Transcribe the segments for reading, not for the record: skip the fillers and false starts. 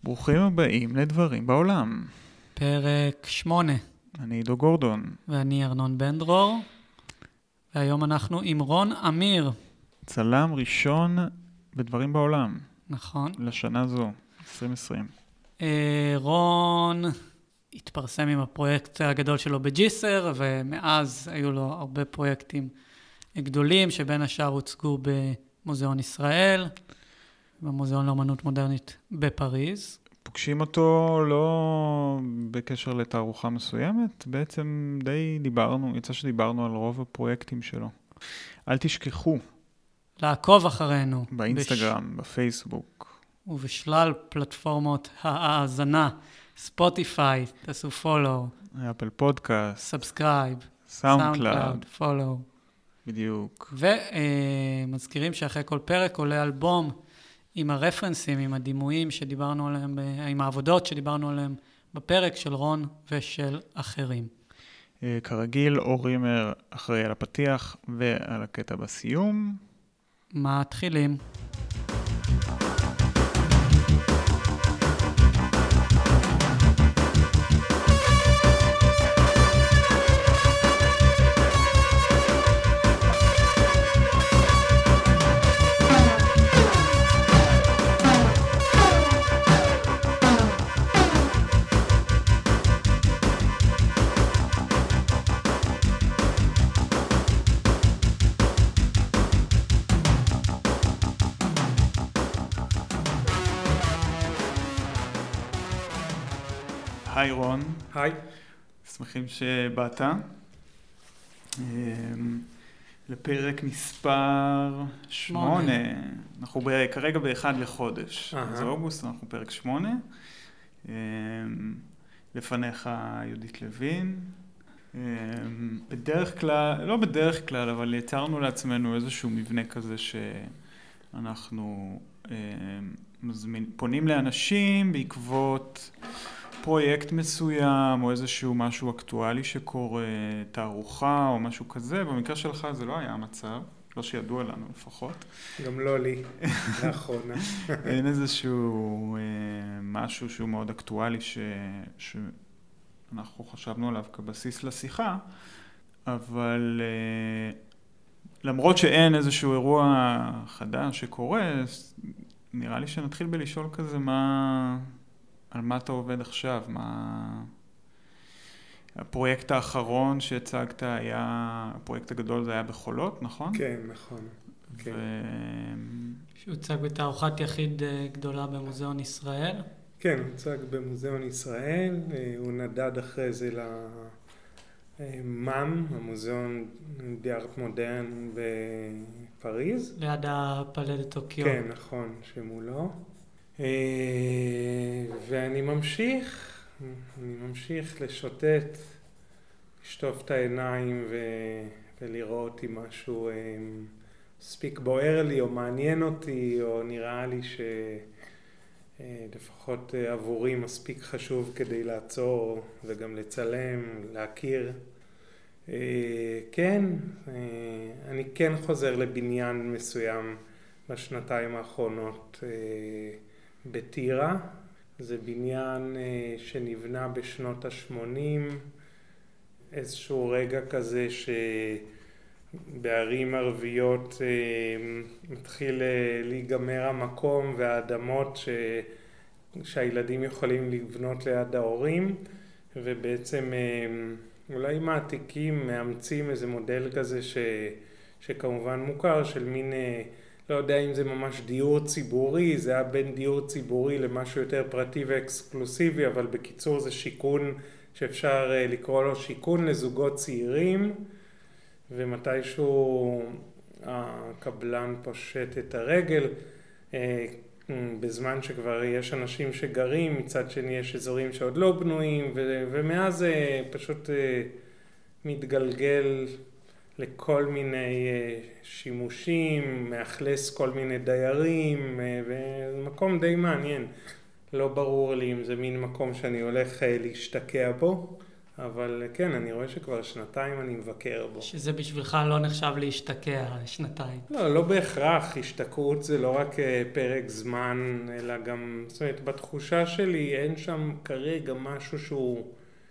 ברוכים הבאים לדברים בעולם. פרק 8. אני עידו גורדון. ואני ארנון בן דרור. והיום אנחנו עם רון אמיר. צלם ראשון בדברים בעולם. נכון. לשנה זו, 2020. רון התפרסם עם הפרויקט הגדול שלו בג'יסר, ומאז היו לו הרבה פרויקטים גדולים, שבין השאר הוצגו במוזיאון ישראל, במוזיאון לאמנות מודרנית בפריז. פוגשים אותו לא בקשר לתערוכה מסוימת, בעצם די דיברנו, יצא שדיברנו על רוב הפרויקטים שלו. אל תשכחו. לעקוב אחרינו. באינסטגרם, בפייסבוק. ובשלל פלטפורמות ההאזנה, ספוטיפיי, תעשו פולו. אפל פודקאסט. סאבסקרייב. סאונד קלאוד. פולו. בדיוק. ומזכירים שאחרי כל פרק עולה אלבום עם הרפרנסים, עם הדימויים שדיברנו עליהם, עם העבודות שדיברנו עליהם בפרק של רון ושל אחרים. כרגיל, אור רימר אחראי על הפתיח ועל הקטע בסיום. מתחילים. היי רון. היי. שמחים שבאת. לפרק מספר 8. אנחנו כרגע ב-1 לחודש. זה אוגוסט, אנחנו פרק 8. לפניך יהודית לוין. בדרך כלל, לא בדרך כלל, אבל יצרנו לעצמנו איזשהו מבנה כזה שאנחנו פונים לאנשים בעקבות פרויקט מסוים, או איזשהו משהו אקטואלי שקורה, תערוכה או משהו כזה. במקרה שלך זה לא היה המצב, לא שידוע לנו לפחות. גם לא לי, לאחרונה. אין איזשהו משהו שהוא מאוד אקטואלי שאנחנו חשבנו עליו כבסיס לשיחה, אבל למרות שאין איזשהו אירוע חדש שקורה, נראה לי שנתחיל בלשאול כזה על מה אתה עובד עכשיו? הפרויקט האחרון שהצגת היה, הפרויקט הגדול זה היה בחולות, נכון? כן, נכון. שהוצג בתערוכת יחיד גדולה במוזיאון ישראל. כן, הוצג במוזיאון ישראל. הוא נדד אחרי זה למאם, המוזיאון דיארט מודרן בפריז. ליד הפלא דה טוקיו. כן, נכון, שמולו. ואני ממשיך לשוטט, לשטוף את העיניים ולראות אם משהו מספיק בוער לי או מעניין אותי, או נראה לי שלפחות עבורי מספיק חשוב כדי לעצור וגם לצלם, להכיר. כן, אני כן חוזר לבניין מסוים בשנתיים האחרונות בטירה. זה בניין שנבנה בשנות ה-80, איזשהו רגע כזה שבערים ערביות מתחיל להיגמר המקום והאדמות שהילדים יכולים לבנות ליד ההורים, ובעצם אולי מעתיקים, מאמצים איזה מודל כזה שכמובן מוכר של מין, לא יודע אם זה ממש דיור ציבורי, זה היה בין דיור ציבורי למשהו יותר פרטי ואקסקלוסיבי, אבל בקיצור זה שיכון שאפשר לקרוא לו שיכון לזוגות צעירים, ומתישהו הקבלן פושט את הרגל, בזמן שכבר יש אנשים שגרים, מצד שני יש אזורים שעוד לא בנויים, ומאז זה פשוט מתגלגל לכל מיני שימושים, מאכלס כל מיני דיירים, ומקום די מעניין. לא ברור לי אם זה מין מקום שאני הולך להשתקע בו, אבל כן, אני רואה שכבר שנתיים אני מבקר בו. שזה בשבילך לא נחשב להשתקע שנתיים. לא בהכרח, השתקעות זה לא רק פרק זמן, אלא גם, זאת אומרת, בתחושה שלי אין שם כרגע משהו שהוא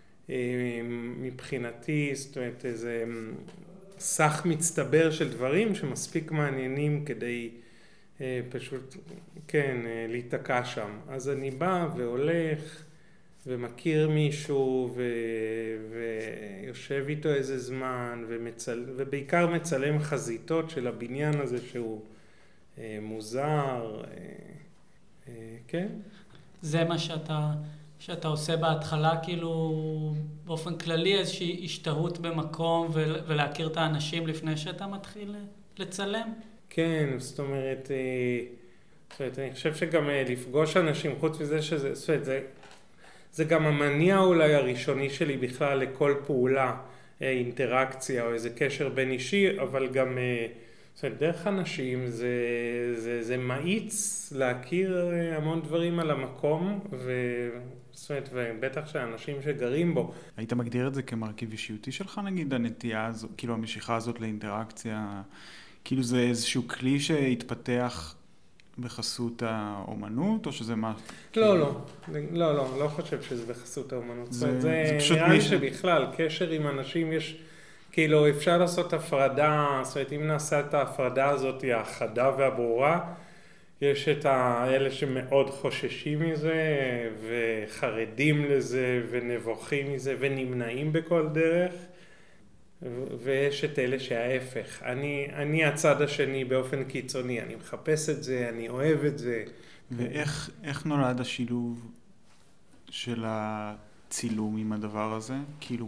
מבחינתי, זאת אומרת, איזה סך מצטבר של דברים שמספיק מעניינים כדי פשוט, כן, להיתקע שם. אז אני בא והולך ומכיר מישהו ויושב איתו איזה זמן ובעיקר מצלם חזיתות של הבניין הזה שהוא מוזר, כן. זה מה שאתה עושה בהתחלה, כאילו באופן כללי איזושהי השתהות במקום ולהכיר את האנשים לפני שאתה מתחיל לצלם? כן, זאת אומרת, אני חושב שגם לפגוש אנשים, חוץ מזה שזה, זאת אומרת, זה גם המניע אולי הראשוני שלי בכלל לכל פעולה, אינטראקציה או איזה קשר בין אישי, אבל גם, זאת אומרת, דרך אנשים זה מאיץ להכיר המון דברים על המקום, זאת אומרת, ובטח שאנשים שגרים בו. היית מגדיר את זה כמרכיב אישיותי שלך, נגיד, הנטייה הזו, כאילו המשיכה הזאת לאינטראקציה, כאילו זה איזשהו כלי שהתפתח בחסות האומנות, או שזה מה? לא חושב שזה בחסות האומנות. זה נראה לי שבכלל, קשר עם אנשים יש, כאילו אפשר לעשות הפרדה, זאת אומרת, אם נעשה את ההפרדה הזאת, היא החדה והברורה, יש את האלה שמאוד חוששים מזה, וחרדים לזה, ונבוכים מזה, ונמנעים בכל דרך, ויש את אלה שההפך. אני הצד השני באופן קיצוני, אני מחפש את זה, אני אוהב את זה. ואיך נולד השילוב של הצילום עם הדבר הזה? כאילו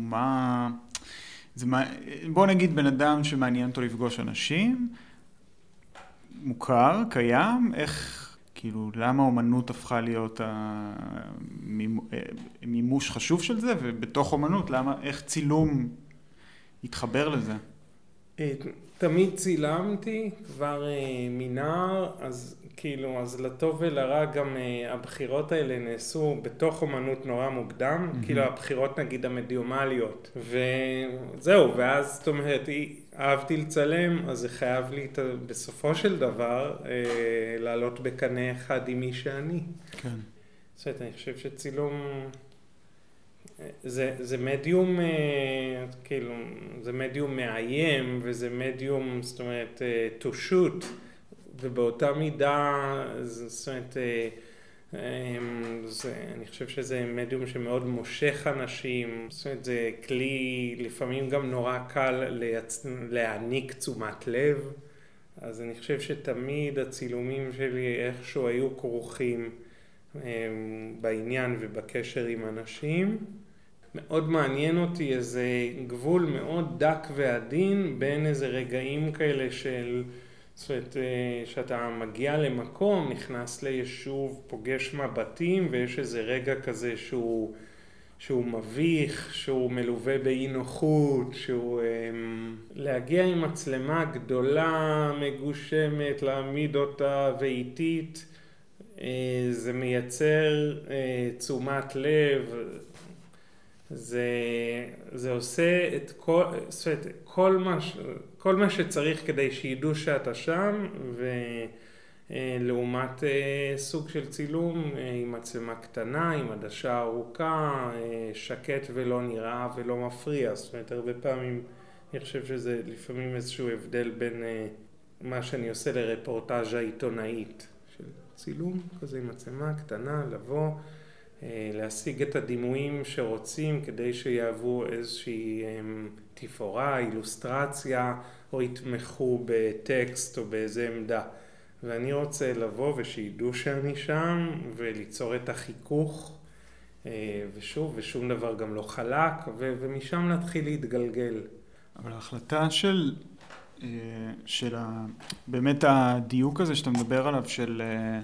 בוא נגיד בן אדם שמעניין אותו לפגוש אנשים, מוכר, קיים, כאילו, למה אומנות הפכה להיות מימוש חשוב של זה, ובתוך אומנות, איך צילום התחבר לזה? תמיד צילמתי, כבר מנער, אז כאילו, אז לטוב ולרע גם הבחירות האלה נעשו בתוך אומנות נורא מוקדם, כאילו הבחירות נגיד המדיומליות, וזהו, ואז זאת אומרת, אהבתי לצלם, אז זה חייב לי בסופו של דבר לעלות בקנה אחד עם מי שאני. כן. זאת אומרת, אני חושב שצילום זה מדיום, כאילו, זה מדיום מאיים, וזה מדיום, זאת אומרת, to shoot, ובאותה מידה, זאת אומרת, אני חושב שזה מדיום שמאוד מושך אנשים, זאת אומרת, זה כלי לפעמים גם נורא קל להעניק תשומת לב, אז אני חושב שתמיד הצילומים שלי איכשהו היו כרוכים בעניין ובקשר עם אנשים. מאוד מעניין אותי איזה גבול מאוד דק ועדין בין איזה רגעים כאלה של, זאת אומרת, שאתה מגיע למקום, נכנס ליישוב, פוגש מבטים, ויש איזה רגע כזה שהוא מביך, שהוא מלווה באי נוחות, שהוא להגיע עם מצלמה גדולה, מגושמת, להעמיד אותה ואיטית, זה מייצר תשומת לב, זה עושה את כל מה שצריך כדי שידעו שאתה שם, ולעומת סוג של צילום עם מצלמה קטנה, עם עדשה ארוכה, שקט ולא נראה ולא מפריע. זאת אומרת, הרבה פעמים אני חושב שזה לפעמים איזשהו הבדל בין מה שאני עושה לרפורטאז' העיתונאית של צילום, כזה עם מצלמה קטנה, לבוא, להשיג את הדימויים שרוצים כדי שיהוו איזושהי תפאורה, אילוסטרציה, או יתמכו בטקסט או באיזה עמדה. ואני רוצה לבוא ושידעו שאני שם וליצור את החיכוך, ושום דבר גם לא חלק, ומשם להתחיל להתגלגל. אבל ההחלטה של באמת הדיוק הזה שאתה מדבר עליו, של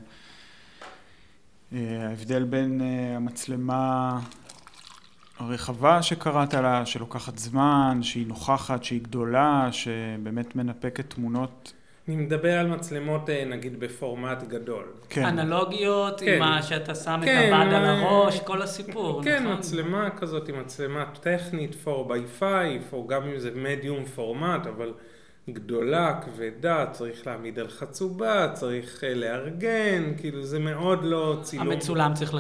ההבדל בין המצלמה הרחבה שקראת לה, שלוקחת זמן, שהיא נוכחת, שהיא גדולה, שבאמת מנפקת תמונות אני מדבר על מצלמות, נגיד, בפורמט גדול. כן. אנלוגיות, כן. עם מה שאתה שם את כן, הבד על הראש, כל הסיפור, כן, נכון? מצלמה כזאת, היא מצלמה טכנית 4x5, או גם אם זה מדיום פורמט, אבל גדולה, כבדה, צריך להעמיד על חצובה, צריך לארגן, כאילו זה מאוד לא צילום. המצולם צריך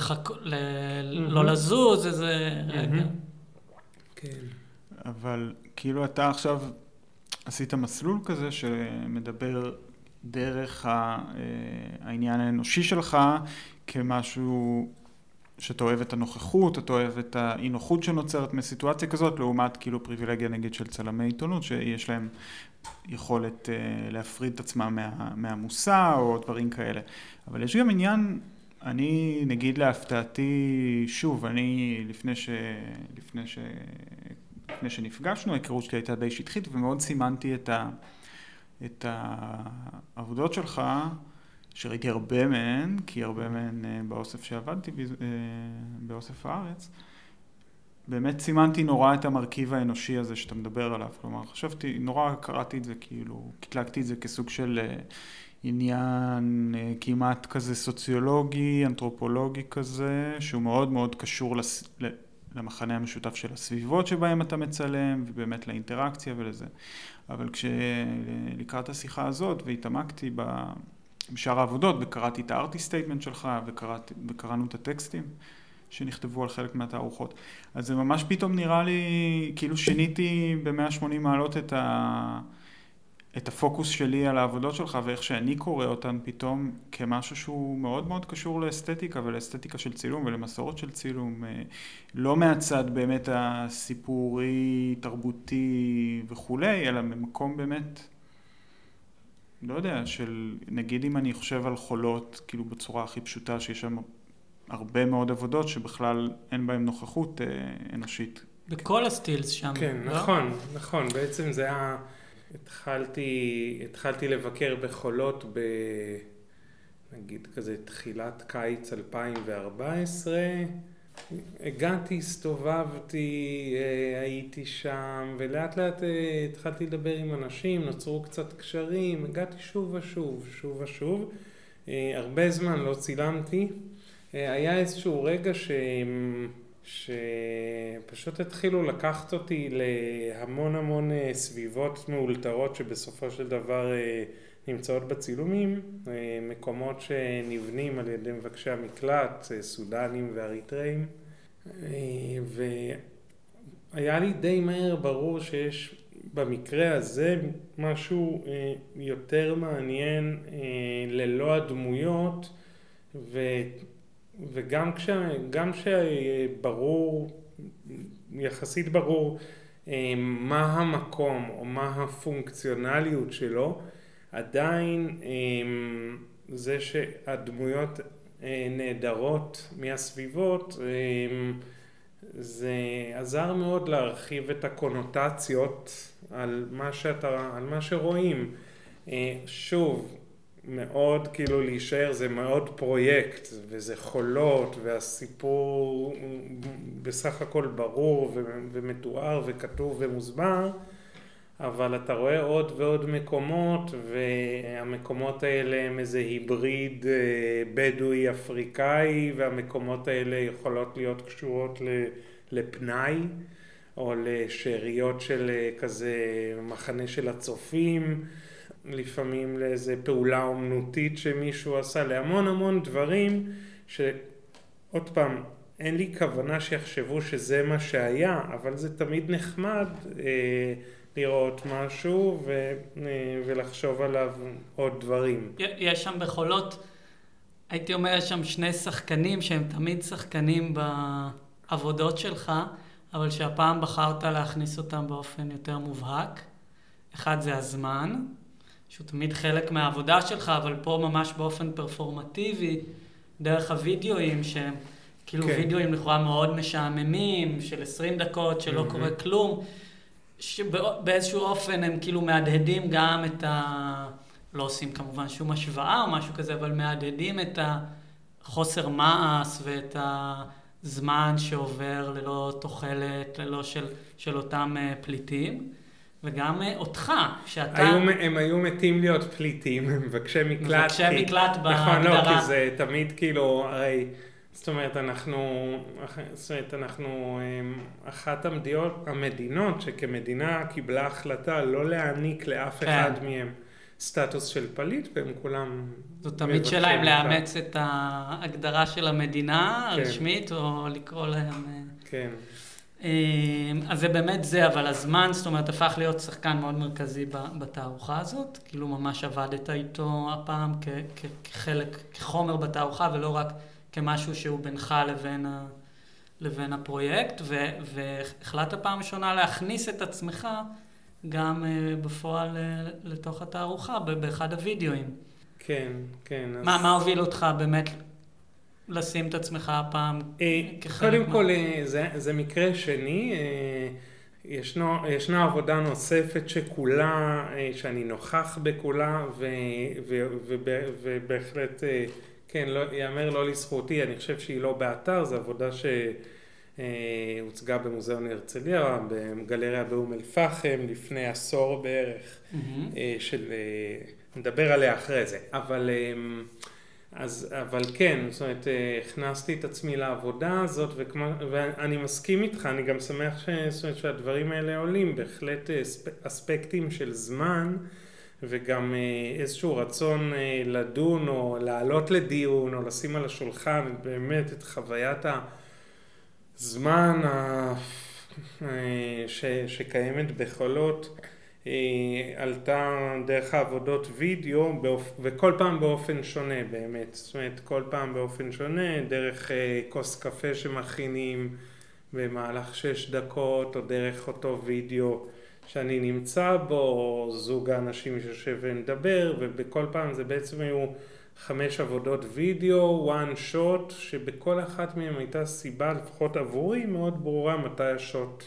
לא לזוז, איזה רגע. כן. אבל כאילו אתה עכשיו עשית מסלול כזה שמדבר דרך העניין האנושי שלך כמשהו שאתה אוהב את הנוכחות, אתה אוהב את האי נוחות שנוצרת מסיטואציה כזאת, לעומת כאילו פריבילגיה נגיד של צלמי עיתונות, שיש להם יכולת להפריד את עצמם מהמושא או דברים כאלה. אבל יש גם עניין, אני נגיד להפתעתי, שוב, אני לפני שנפגשנו, ההיכרות שלי הייתה די שטחית, ומאוד סימנתי את העבודות שלך, שראיתי הרבה מהן, כי הרבה מהן באוסף שעבדתי, באוסף הארץ, באמת סימנתי נורא את המרכיב האנושי הזה שאתה מדבר עליו. כלומר, חשבתי, נורא קראתי את זה כאילו, קטלגתי את זה כסוג של עניין כמעט כזה סוציולוגי, אנתרופולוגי כזה, שהוא מאוד מאוד קשור למחנה המשותף של הסביבות שבהם אתה מצלם, ובאמת לאינטראקציה ולזה. אבל כשלקראת השיחה הזאת, והתעמקתי בשאר העבודות, וקראתי את הארטי סטייטמנט שלך, וקראנו את הטקסטים שנכתבו על חלק מהתערוכות, אז זה ממש פתאום נראה לי, כאילו שיניתי ב-180 מעלות את הפוקוס שלי על העבודות שלך, ואיך שאני קורא אותן פתאום כמשהו שהוא מאוד מאוד קשור לאסתטיקה, ולאסתטיקה של צילום, ולמסורות של צילום, לא מהצד באמת הסיפורי, תרבותי וכולי, אלא ממקום באמת, לא יודע, של נגיד אם אני חושב על חולות, כאילו בצורה הכי פשוטה, שיש שם הרבה מאוד עבודות שבכלל אין בהם נוכחות אנושית. בכל הסטילס שם. כן, לא? נכון, נכון. בעצם זה היה... התחלתי לבקר בחולות נגיד כזה תחילת קיץ 2014. הגעתי, הסתובבתי, הייתי שם, ולאט לאט התחלתי לדבר עם אנשים, נוצרו קצת קשרים, הגעתי שוב ושוב. הרבה זמן לא צילמתי. היה איזשהו רגע שפשוט התחילו לקחת אותי להמון סביבות מאולתרות שבסופו של דבר נמצאות בצילומים, מקומות שנבנים על ידי מבקשי המקלט, סודנים ואריתראים, והיה לי די מהר ברור שיש במקרה הזה משהו יותר מעניין ללא הדמויות, וגם שברור, יחסית ברור מה המקום או מה הפונקציונליות שלו, עדיין זה שהדמויות נהדרות מהסביבות, זה עזר מאוד להרחיב את הקונוטציות על מה שרואים. שוב, מאוד כאילו להישאר, זה מאוד פרויקט, וזה חולות, והסיפור בסך הכל ברור ומתואר וכתוב ומוסבר, אבל אתה רואה עוד ועוד מקומות, והמקומות האלה הם איזה היבריד בדואי אפריקאי, והמקומות האלה יכולות להיות קשורות לפנאי, או לשאריות של כזה מחנה של הצופים, לפעמים לאיזה פעולה אומנותית שמישהו עשה, להמון דברים שעוד פעם, אין לי כוונה שיחשבו שזה מה שהיה, אבל זה תמיד נחמד לראות משהו ולחשוב עליו עוד דברים. יש שם בחולות, הייתי אומר, יש שם שני שחקנים שהם תמיד שחקנים בעבודות שלך, אבל שהפעם בחרת להכניס אותם באופן יותר מובהק. אחד זה הזמן, שהוא תמיד חלק מהעבודה שלך, אבל פה ממש באופן פרפורמטיבי, דרך הווידאוים שהם כאילו כן. וידאוים לכאורה מאוד משעממים, של 20 דקות, שלא קורה כלום, שבאיזשהו אופן הם כאילו מהדהדים גם את לא עושים כמובן שום השוואה או משהו כזה, אבל מהדהדים את החוסר מעש ואת הזמן שעובר ללא תוחלת, ללא של אותם פליטים. וגם אותך, שאתה... הם היו מתים להיות פליטים, הם מבקשי מקלט. מבקשי מקלט בהגדרה. נכון, לא, כי זה תמיד כאילו, הרי, זאת אומרת, אנחנו אחת המדינות שכמדינה קיבלה החלטה לא להעניק לאף אחד מהם סטטוס של פליט, והם כולם... זאת תמיד שלהם לאמץ את ההגדרה של המדינה הרשמית, או לקרוא להם... כן. אז זה באמת זה, אבל הזמן, זאת אומרת, הפך להיות שחקן מאוד מרכזי בתערוכה הזאת, כאילו ממש עבדת איתו הפעם כחומר בתערוכה, ולא רק כמשהו שהוא בינך לבין הפרויקט, והחלטת פעם ראשונה להכניס את עצמך גם בפועל לתוך התערוכה, באחד הוידאוים. כן, כן. מה הוביל אותך באמת לשים את עצמך הפעם כחלק? קודם כל, זה מקרה שני. ישנה עבודה נוספת שכולה, שאני נוכח בכולה, ובהחלט, כן, יאמר לא לזכותי, אני חושב שהיא לא באתר, זו עבודה שהוצגה במוזיאון הרצליה, בגלריה באום אל פחם, לפני עשור בערך, נדבר עליה אחרי זה. אבל כן, זאת אומרת, הכנסתי את עצמי לעבודה הזאת, ואני מסכים איתך, אני גם שמח שהדברים האלה עולים, בהחלט אספקטים של זמן, וגם איזשהו רצון לדון, או לעלות לדיון, או לשים על השולחן, באמת את חוויית הזמן שקיימת בחולות, עלתה דרך העבודות וידאו, וכל פעם באופן שונה באמת, זאת אומרת כל פעם באופן שונה, דרך כוס קפה שמכינים במהלך 6 דקות, או דרך אותו וידאו שאני נמצא בו, או זוג האנשים שיושב ונדבר, ובכל פעם זה בעצם היו 5 עבודות וידאו, one shot, שבכל אחת מהם הייתה סיבה, לפחות עבורי, מאוד ברורה מתי השוט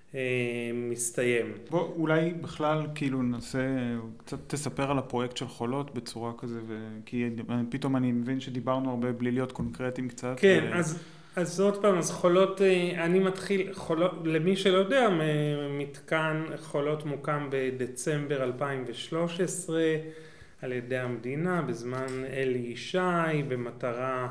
מסתיים. בוא, אולי בכלל כאילו ננסה, קצת תספר על הפרויקט של חולות בצורה כזה, כי פתאום אני מבין שדיברנו הרבה בלי להיות קונקרטיים קצת. כן, אז עוד פעם, אז חולות, אני מתחיל, למי שלא יודע, מתקן חולות מוקם בדצמבר 2013 על ידי המדינה, בזמן אלי ישי, במטרה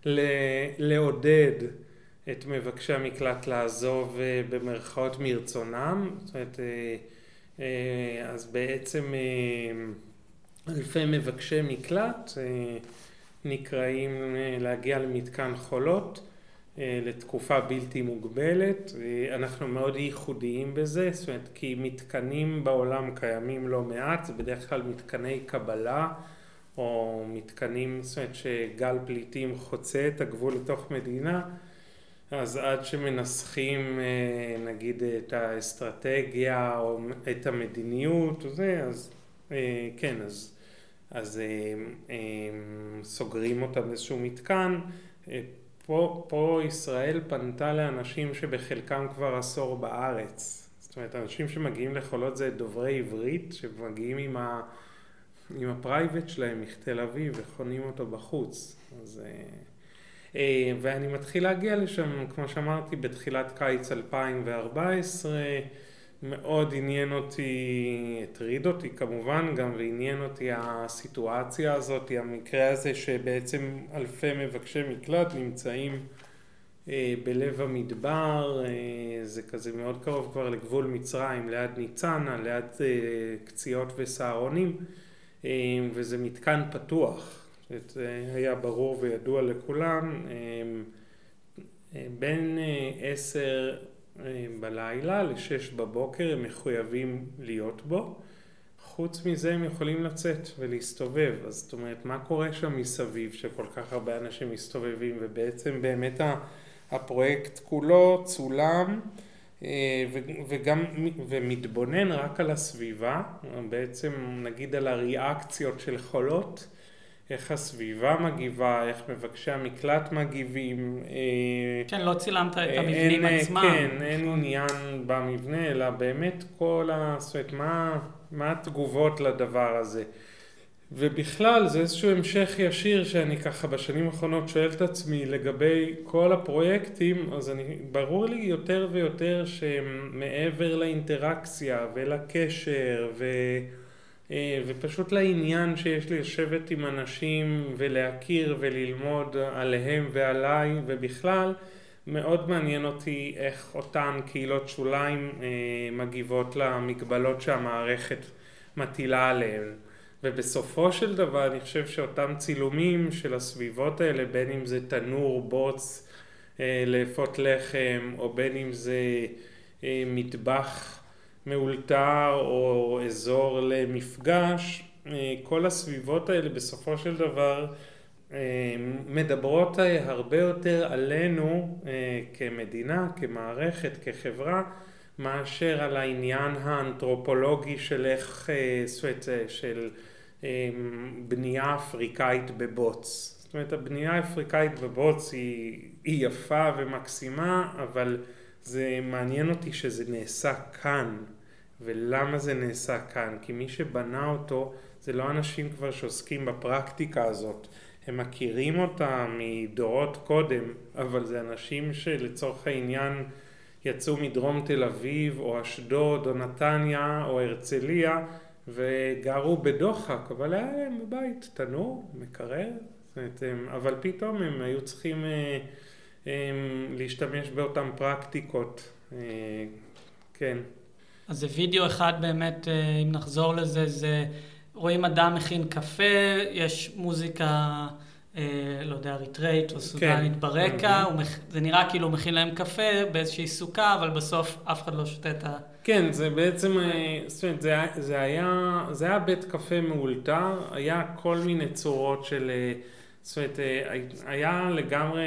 לעודד את מבקשי המקלט לעזוב במרכאות מרצונם. זאת אומרת, אז בעצם אלפי מבקשי מקלט נקראים להגיע למתקן חולות לתקופה בלתי מוגבלת. אנחנו מאוד ייחודיים בזה, זאת אומרת, כי מתקנים בעולם קיימים לא מעט, זה בדרך כלל מתקני קבלה, או מתקנים, זאת אומרת, שגל פליטים חוצה את הגבול לתוך מדינה, אז עד שמנסחים נגיד את האסטרטגיה או את המדיניות וזה, אז כן, אז סוגרים אותם באיזשהו מתקן. פה ישראל פנתה לאנשים שבחלקם כבר עשור בארץ. זאת אומרת, אנשים שמגיעים לחולות זה דוברי עברית, שמגיעים עם הפרייבט שלהם מתל אביב וחונים אותו בחוץ. אז ואני מתחיל להגיע לשם, כמו שאמרתי, בתחילת קיץ 2014, מאוד עניין אותי, הטריד אותי כמובן גם, ועניין אותי הסיטואציה הזאת, המקרה הזה שבעצם אלפי מבקשי מקלט נמצאים בלב המדבר, זה כזה מאוד קרוב כבר לגבול מצרים, ליד ניצנה, ליד קציעות וסהרונים, וזה מתקן פתוח. היה ברור וידוע לכולם, בין 10 בלילה ל6 בבוקר הם מחויבים להיות בו. חוץ מזה הם יכולים לצאת ולהסתובב. אז זאת אומרת, מה קורה שם מסביב שכל כך הרבה אנשים מסתובבים, ובעצם באמת הפרויקט כולו צולם ומתבונן רק על הסביבה, בעצם נגיד על הריאקציות של חולות, איך הסביבה מגיבה, איך מבקשי המקלט מגיבים. כן, לא צילמת את המבנים עצמם. כן, אין עניין במבנה, אלא באמת זאת אומרת, מה התגובות לדבר הזה. ובכלל זה איזשהו המשך ישיר שאני ככה בשנים האחרונות שואל את עצמי לגבי כל הפרויקטים, אז ברור לי יותר ויותר שמעבר לאינטראקציה ולקשר ופשוט לעניין שיש לי לשבת עם אנשים ולהכיר וללמוד עליהם ועליי, ובכלל מאוד מעניין אותי איך אותן קהילות שוליים מגיבות למגבלות שהמערכת מטילה עליהן. ובסופו של דבר אני חושב שאותם צילומים של הסביבות האלה, בין אם זה תנור, בוץ, לאפות לחם, או בין אם זה מטבח מאולתר או אזור למפגש, כל הסביבות האלה בסופו של דבר מדברות הרבה יותר עלינו כמדינה, כמערכת, כחברה, מאשר על העניין האנתרופולוגי של איך, של בנייה אפריקאית בבוץ. זאת אומרת, הבנייה האפריקאית בבוץ היא יפה ומקסימה, אבל זה מעניין אותי שזה נעשה כאן. ולמה זה נעשה כאן? כי מי שבנה אותו זה לא אנשים כבר שעוסקים בפרקטיקה הזאת. הם מכירים אותה מדורות קודם, אבל זה אנשים שלצורך העניין יצאו מדרום תל אביב או אשדוד או נתניה או הרצליה וגרו בדוחק, אבל היה להם בבית תנור, מקרר, אבל פתאום הם היו צריכים להשתמש באותן פרקטיקות. כן. אז זה וידאו אחד באמת, אם נחזור לזה, זה רואים אדם מכין קפה, יש מוזיקה, לא יודע, אריתראית או סודנית ברקע, זה נראה כאילו הוא מכין להם קפה באיזושהי סוכה, אבל בסוף אף אחד לא שותה את ה... כן, זה בעצם, זה היה בית קפה מאולתר, היה כל מיני צורות של, זאת אומרת, היה לגמרי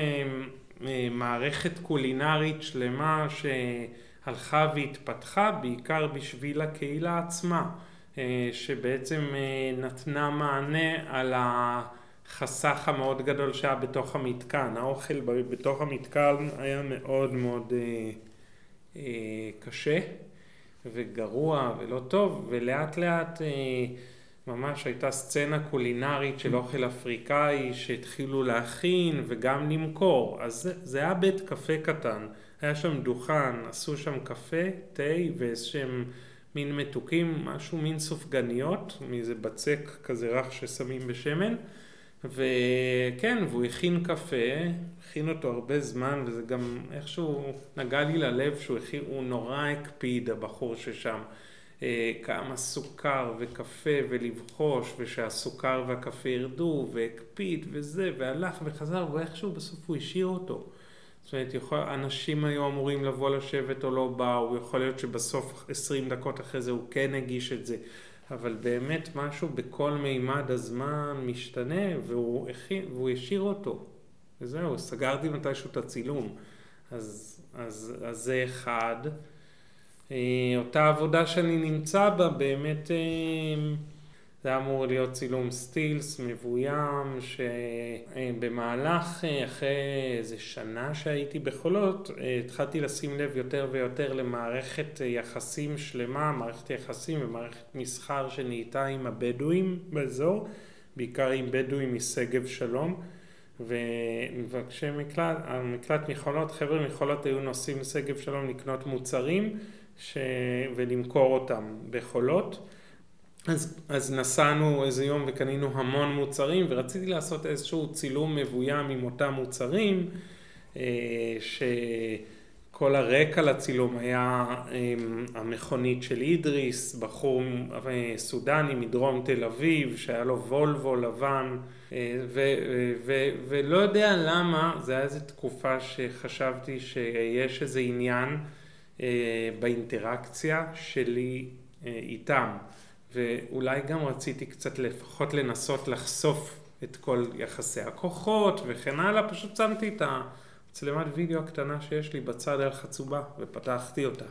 מערכת קולינרית שלמה שהלכה והתפתחה, בעיקר בשביל הקהילה עצמה, שבעצם נתנה מענה על החסך המאוד גדול שהיה בתוך המתקן. האוכל בתוך המתקן היה מאוד מאוד קשה וגרוע ולא טוב, ולאט לאט ממש הייתה סצנה קולינרית של אוכל אפריקאי שהתחילו להכין וגם למכור. אז זה היה בית קפה קטן, היה שם דוכן, עשו שם קפה, תה ואיזשהם מין מתוקים, משהו מין סופגניות, מאיזה בצק כזה רך ששמים בשמן, וכן, והוא הכין קפה, הכין אותו הרבה זמן, וזה גם איכשהו נגע לי ללב שהוא נורא הקפיד, הבחור ששם, כמה סוכר וקפה ולבחוש, ושהסוכר והקפה ירדו, והקפיד וזה, והלך וחזר, ואיכשהו בסוף הוא השאיר אותו. זאת אומרת, אנשים היו אמורים לבוא לשבת או לא באו, יכול להיות שבסוף 20 דקות אחרי זה הוא כן הגיש את זה, אבל באמת משהו בכל מימד הזמן משתנה, והוא השאיר אותו. וזהו, סגרתי מתישהו את הצילום. אז זה אחד. אותה עבודה שאני נמצא בה, באמת זה אמור להיות צילום סטילס מבוים, שבמהלך אחרי איזה שנה שהייתי בחולות, התחלתי לשים לב יותר ויותר למערכת יחסים שלמה, מערכת יחסים ומערכת מסחר שנהייתה עם הבדואים באזור, בעיקר עם בדואים משגב שלום, ומבקשי מקלט מחולות, חבר'ה מחולות היו נוסעים לשגב שלום לקנות מוצרים ולמכור אותם בחולות. אז נסענו איזה יום וקנינו המון מוצרים, ורציתי לעשות איזשהו צילום מבוים עם אותם מוצרים, שכל הרקע לצילום היה המכונית של אידריס, בחור סודני מדרום תל אביב, שהיה לו וולבו לבן, ולא יודע למה, זה היה איזו תקופה שחשבתי שיש איזה עניין באינטראקציה שלי איתם. ואולי גם רציתי קצת לפחות לנסות לחשוף את כל יחסי הכוחות וכן הלאה, פשוט שמתי את הצלמת וידאו הקטנה שיש לי בצד על חצובה ופתחתי אותה.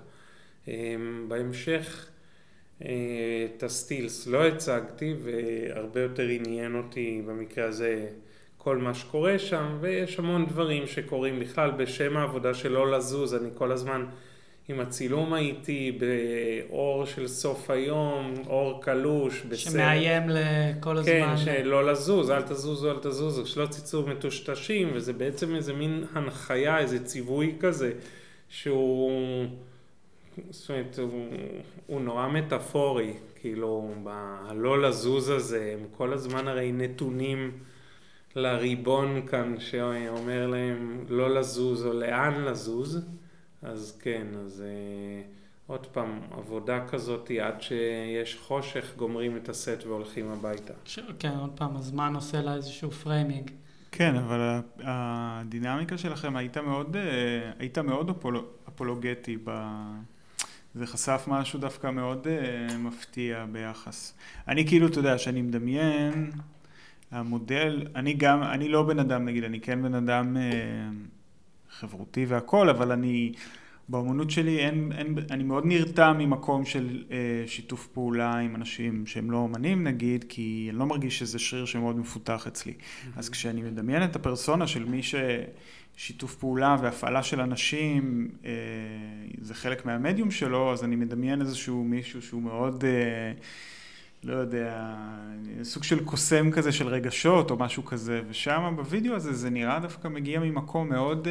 בהמשך את הסטילס לא הצגתי, והרבה יותר עניין אותי במקרה הזה כל מה שקורה שם, ויש המון דברים שקורים בכלל בשם העבודה שלא לזוז. אני כל הזמן עם הצילום האיטי באור של סוף היום, אור קלוש, בסרט. שמאיים לכל הזמן. כן, שלא לזוז, אל תזוזו, אל תזוזו, שלא תצאו מטושטשים, וזה בעצם איזה מין הנחיה, איזה ציווי כזה, שהוא, זאת אומרת, הוא נורא מטאפורי, כאילו, הלא לזוז הזה, הם כל הזמן הרי נתונים לריבון כאן, שאומר להם לא לזוז או לאן לזוז, אז כן, אז עוד פעם, עבודה כזאת, עד שיש חושך, גומרים את הסט והולכים הביתה. כן, עוד פעם, הזמן עושה לה איזשהו פריימינג. כן, אבל הדינמיקה שלכם היית מאוד אפולוגטי, זה חשף משהו דווקא מאוד מפתיע ביחס. אני כאילו, אתה יודע, שאני מדמיין, המודל, אני לא בן אדם, נגיד, אני כן בן אדם חברותי והכל, אבל באמנות שלי אני מאוד נרתע ממקום של שיתוף פעולה עם אנשים שהם לא אומנים נגיד, כי אני לא מרגיש שזה שריר שמאוד מפותח אצלי. אז כשאני מדמיין את הפרסונה של מי ששיתוף פעולה והפעלה של אנשים, זה חלק מהמדיום שלו, אז אני מדמיין איזשהו מישהו שהוא מאוד, לא יודע, סוג של קוסם כזה של רגשות או משהו כזה, ושם בווידאו הזה זה נראה דווקא מגיע ממקום מאוד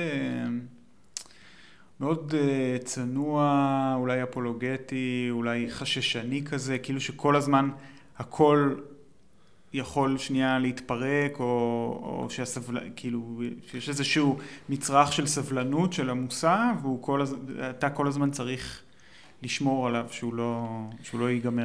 מאוד צנוע, אולי אפולוגטי, אולי חששני כזה, כאילו שכל הזמן הכל יכול שנייה להתפרק, או כאילו, שיש איזשהו מצרך של סבלנות של המושא, ואתה כל הזמן צריך לשמור עליו שהוא לא ייגמר.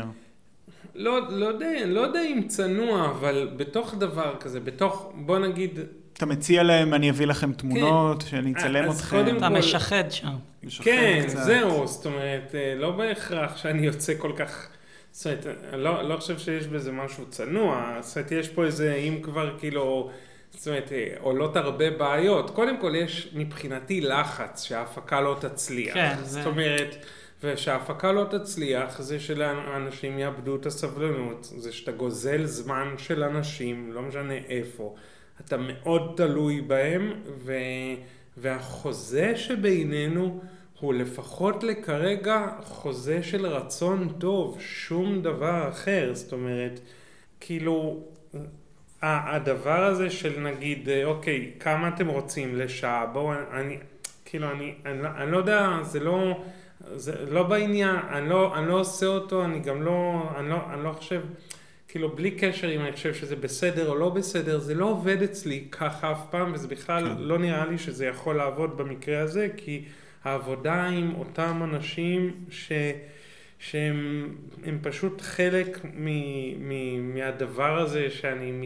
לא יודע אם צנוע, אבל בתוך דבר כזה, בוא נגיד, אתה מציע להם, אני אביא לכם תמונות, שאני אצלם אתכם. אתה משחד שם. כן, זהו, זאת אומרת, לא בהכרח שאני יוצא כל כך, זאת אומרת, לא חושב שיש בזה משהו צנוע, זאת אומרת, יש פה איזה, אם כבר כאילו, זאת אומרת, עולות הרבה בעיות. קודם כל יש מבחינתי לחץ שההפקה לא תצליח. כן, זאת אומרת, ושההפקה לא תצליח, זה שלאנשים יאבדו את הסבלנות, זה שאתה גוזל זמן של אנשים, לא משנה איפה. אתה מאוד תלוי בהם, והחוזה שבינינו הוא לפחות לכרגע חוזה של רצון טוב, שום דבר אחר. זאת אומרת, כאילו, הדבר הזה של נגיד, אוקיי, כמה אתם רוצים לשעה? בואו, אני לא יודע, זה לא בעניין, אני לא עושה אותו, אני לא חושב, כאילו בלי קשר אם אני חושב שזה בסדר או לא בסדר, זה לא עובד אצלי ככה אף פעם, וזה בכלל לא נראה לי שזה יכול לעבוד במקרה הזה, כי העבודה עם אותם אנשים שהם פשוט חלק מהדבר הזה שאני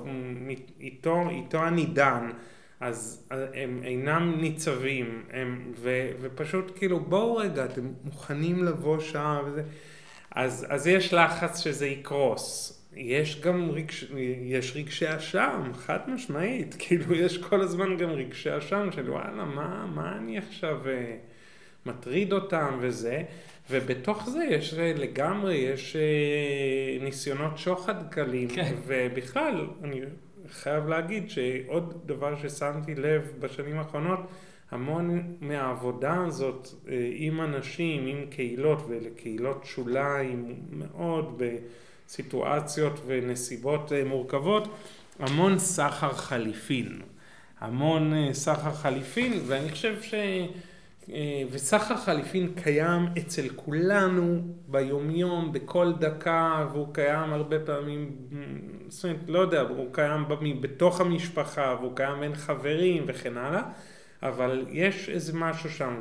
איתו אני דן, אז הם אינם ניצבים, ופשוט כאילו בואו רגע, אתם מוכנים לבוא שעה וזה, אז יש לחץ שזה יקרוס. יש גם יש רגשי אשם, חד משמעית, כאילו יש כל הזמן גם רגשי אשם של וואלה, מה אני עכשיו מטריד אותם וזה, ובתוך זה יש לגמרי, יש ניסיונות שוחד קלים, כן. ובכלל אני חייב להגיד שעוד דבר ששמתי לב בשנים האחרונות, המון מהעבודה הזאת עם אנשים, עם קהילות ולקהילות שוליים מאוד בסיטואציות ונסיבות מורכבות, המון סחר חליפין. ואני חושב וסחר חליפין קיים אצל כולנו ביומיום, בכל דקה, והוא קיים הרבה פעמים, זאת אומרת, לא יודע, הוא קיים בתוך המשפחה, והוא קיים בין חברים וכן הלאה, אבל יש איזה משהו שם,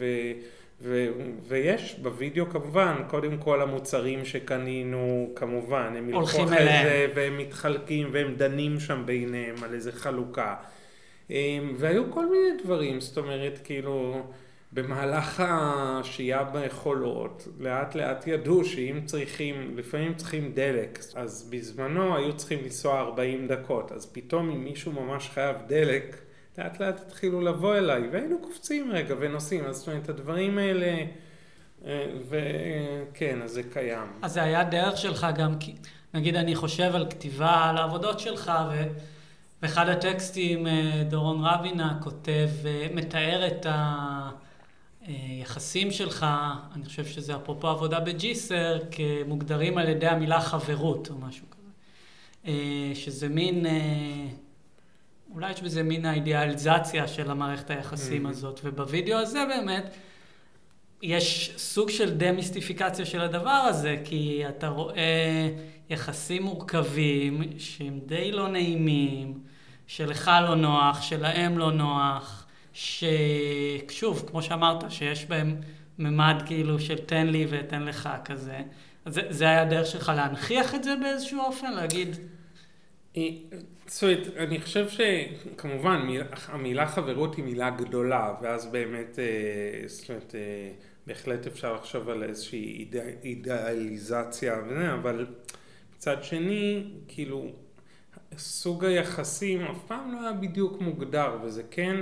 ויש בווידאו כמובן, קודם כל המוצרים שקנינו, כמובן, הם ילכו אחרי זה, והם מתחלקים, והם דנים שם ביניהם על איזה חלוקה. והיו כל מיני דברים, זאת אומרת, כאילו, במהלך השהייה ביכולות, לאט לאט ידעו שאם לפעמים צריכים דלק, אז בזמנו היו צריכים לנסוע 40 דקות, אז פתאום אם מישהו ממש חייב דלק, לאט לאט התחילו לבוא אליי, והיינו קופצים רגע ונוסעים, אז זאת אומרת, הדברים האלה, וכן, אז זה קיים. אז זה היה דרך שלך גם, נגיד אני חושב על כתיבה על העבודות שלך, באחד הטקסטים דורון רבינה כותב, מתאר יחסים שלך, אני חושב שזה אפרופו עבודה בג'יסר, כמוגדרים על ידי המילה חברות או משהו כזה. שזה מין, אולי יש בזה מין האידיאליזציה של המערכת היחסים הזאת, ובווידאו הזה באמת יש סוג של דמיסטיפיקציה של הדבר הזה, כי אתה רואה יחסים מורכבים שהם די לא נעימים, שלך לא נוח, שלהם לא נוח, ששוב, כמו שאמרת, שיש בהם ממד כאילו של תן לי ותן לך כזה. אז זה היה הדרך שלך להנכיח את זה באיזשהו אופן, להגיד? זאת אומרת, אני חושב שכמובן המילה חברות היא מילה גדולה, ואז באמת, זאת אומרת, בהחלט אפשר לחשוב על איזושהי אידיאליזציה, אבל מצד שני, כאילו, סוג היחסים אף פעם לא היה בדיוק מוגדר, וזה כן,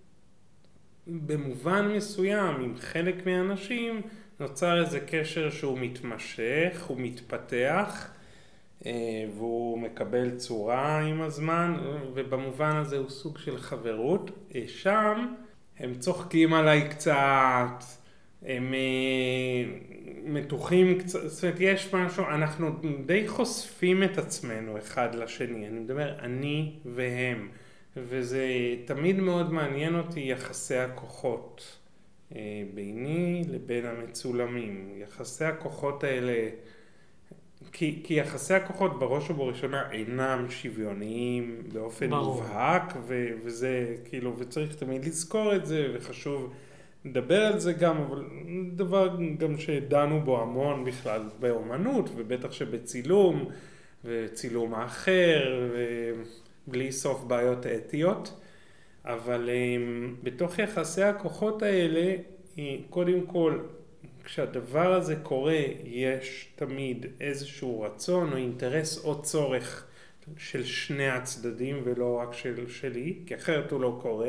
במובן מסוים, עם חלק מהאנשים, נוצר איזה קשר שהוא מתמשך, הוא מתפתח, והוא מקבל צורה עם הזמן, ובמובן הזה הוא סוג של חברות. שם הם צוחקים עליי קצת, הם מתוחים קצת, זאת אומרת, יש משהו, אנחנו די חושפים את עצמנו אחד לשני, אני מדבר אני והם, וזה תמיד מאוד מעניין אותי יחסי הכוחות ביני לבין המצולמים. יחסי הכוחות האלה, כי יחסי הכוחות בראש ובראשונה אינם שוויוניים באופן מובהק, וזה כאילו, וצריך תמיד לזכור את זה, וחשוב לדבר על זה גם, אבל דבר גם שדנו בו המון בכלל באומנות, ובטח שבצילום, וצילום האחר, ובלי סוף בעיות אתיות. אבל בתוך יחסי הכוחות האלה, קודם כל, כשהדבר הזה קורה, יש תמיד איזשהו רצון או אינטרס או צורך של שני הצדדים ולא רק שלי, כי אחרת הוא לא קורה.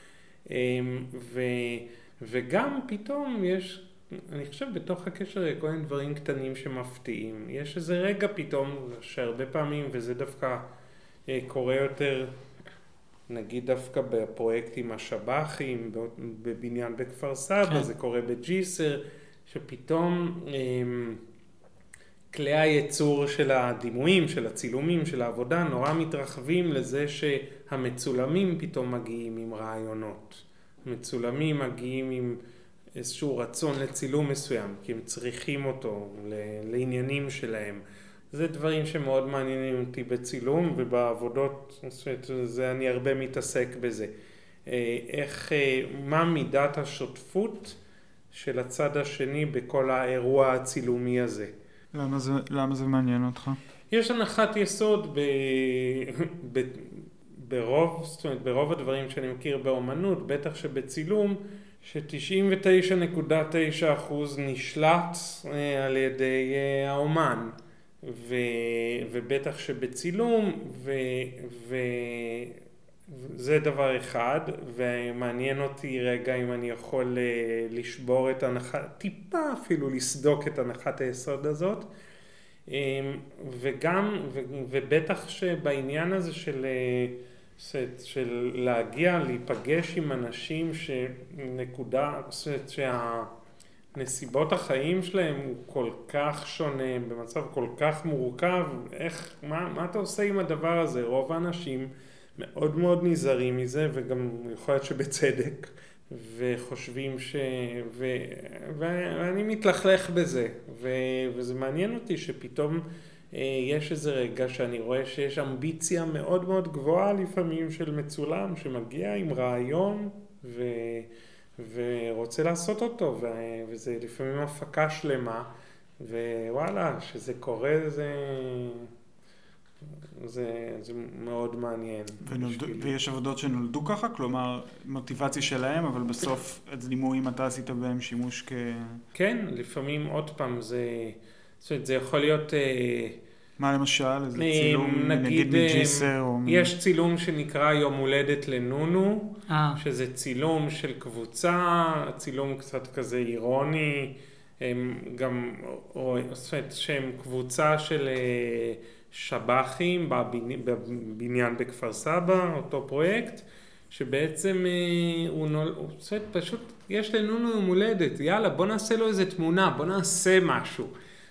וגם פתאום יש, אני חושב בתוך הקשר כל מיני דברים קטנים שמפתיעים. יש איזה רגע פתאום שהרבה פעמים, וזה דווקא קורה יותר, נגיד דווקא בפרויקטים השב"חים, בבניין בכפר סבא, זה קורה בג'יסר, שפתאום כלי הייצור של הדימויים, של הצילומים, של העבודה, נורא מתרחבים לזה שהמצולמים פתאום מגיעים עם רעיונות. המצולמים מגיעים עם איזשהו רצון לצילום מסוים, כי הם צריכים אותו לעניינים שלהם. זה דברים שמאוד מעניינים אותי בצילום ובעבודות, זה אני הרבה מתעסק בזה. מה מידת השותפות של הצד השני בכל האירוע הצילומי הזה. למה זה מעניין אותך? יש הנחת יסוד ברוב הדברים שאני מכיר באומנות, בטח שבצילום, ש99.9% נשלט על ידי האומן. ובטח שבצילום, וזה דבר אחד, ומעניין אותי רגע אם אני יכול לשבור את הנחת, טיפה אפילו לסדוק את הנחת היסוד הזאת, ובטח שבעניין הזה של להגיע, להיפגש עם אנשים נסיבות החיים שלהם הוא כל כך שונה, במצב כל כך מורכב, מה אתה עושה עם הדבר הזה? רוב האנשים מאוד מאוד נזהרים מזה, וגם יכול להיות שבצדק, וחושבים ואני מתלכלך בזה, וזה מעניין אותי שפתאום יש איזה רגע שאני רואה שיש אמביציה מאוד מאוד גבוהה לפעמים של מצולם, שמגיע עם רעיון, ורוצה לעשות אותו, וזה לפעמים הפקה שלמה, ווואלה, שזה קורה, זה מאוד מעניין. ויש עבודות שנולדו ככה? כלומר, מוטיבציה שלהם, אבל בסוף את דימויים אתה עשית בהם שימוש כן, לפעמים עוד פעם, זה יכול להיות מה למשל? איזה צילום נגיד מג'יסר? יש צילום שנקרא יום הולדת לנונו, שזה צילום של קבוצה, צילום קצת כזה אירוני, גם שהם קבוצה של שב"חים בבניין בכפר סבא, אותו פרויקט, שבעצם פשוט יש לנו יום הולדת, יאללה בוא נעשה לו איזה תמונה, בוא נעשה משהו.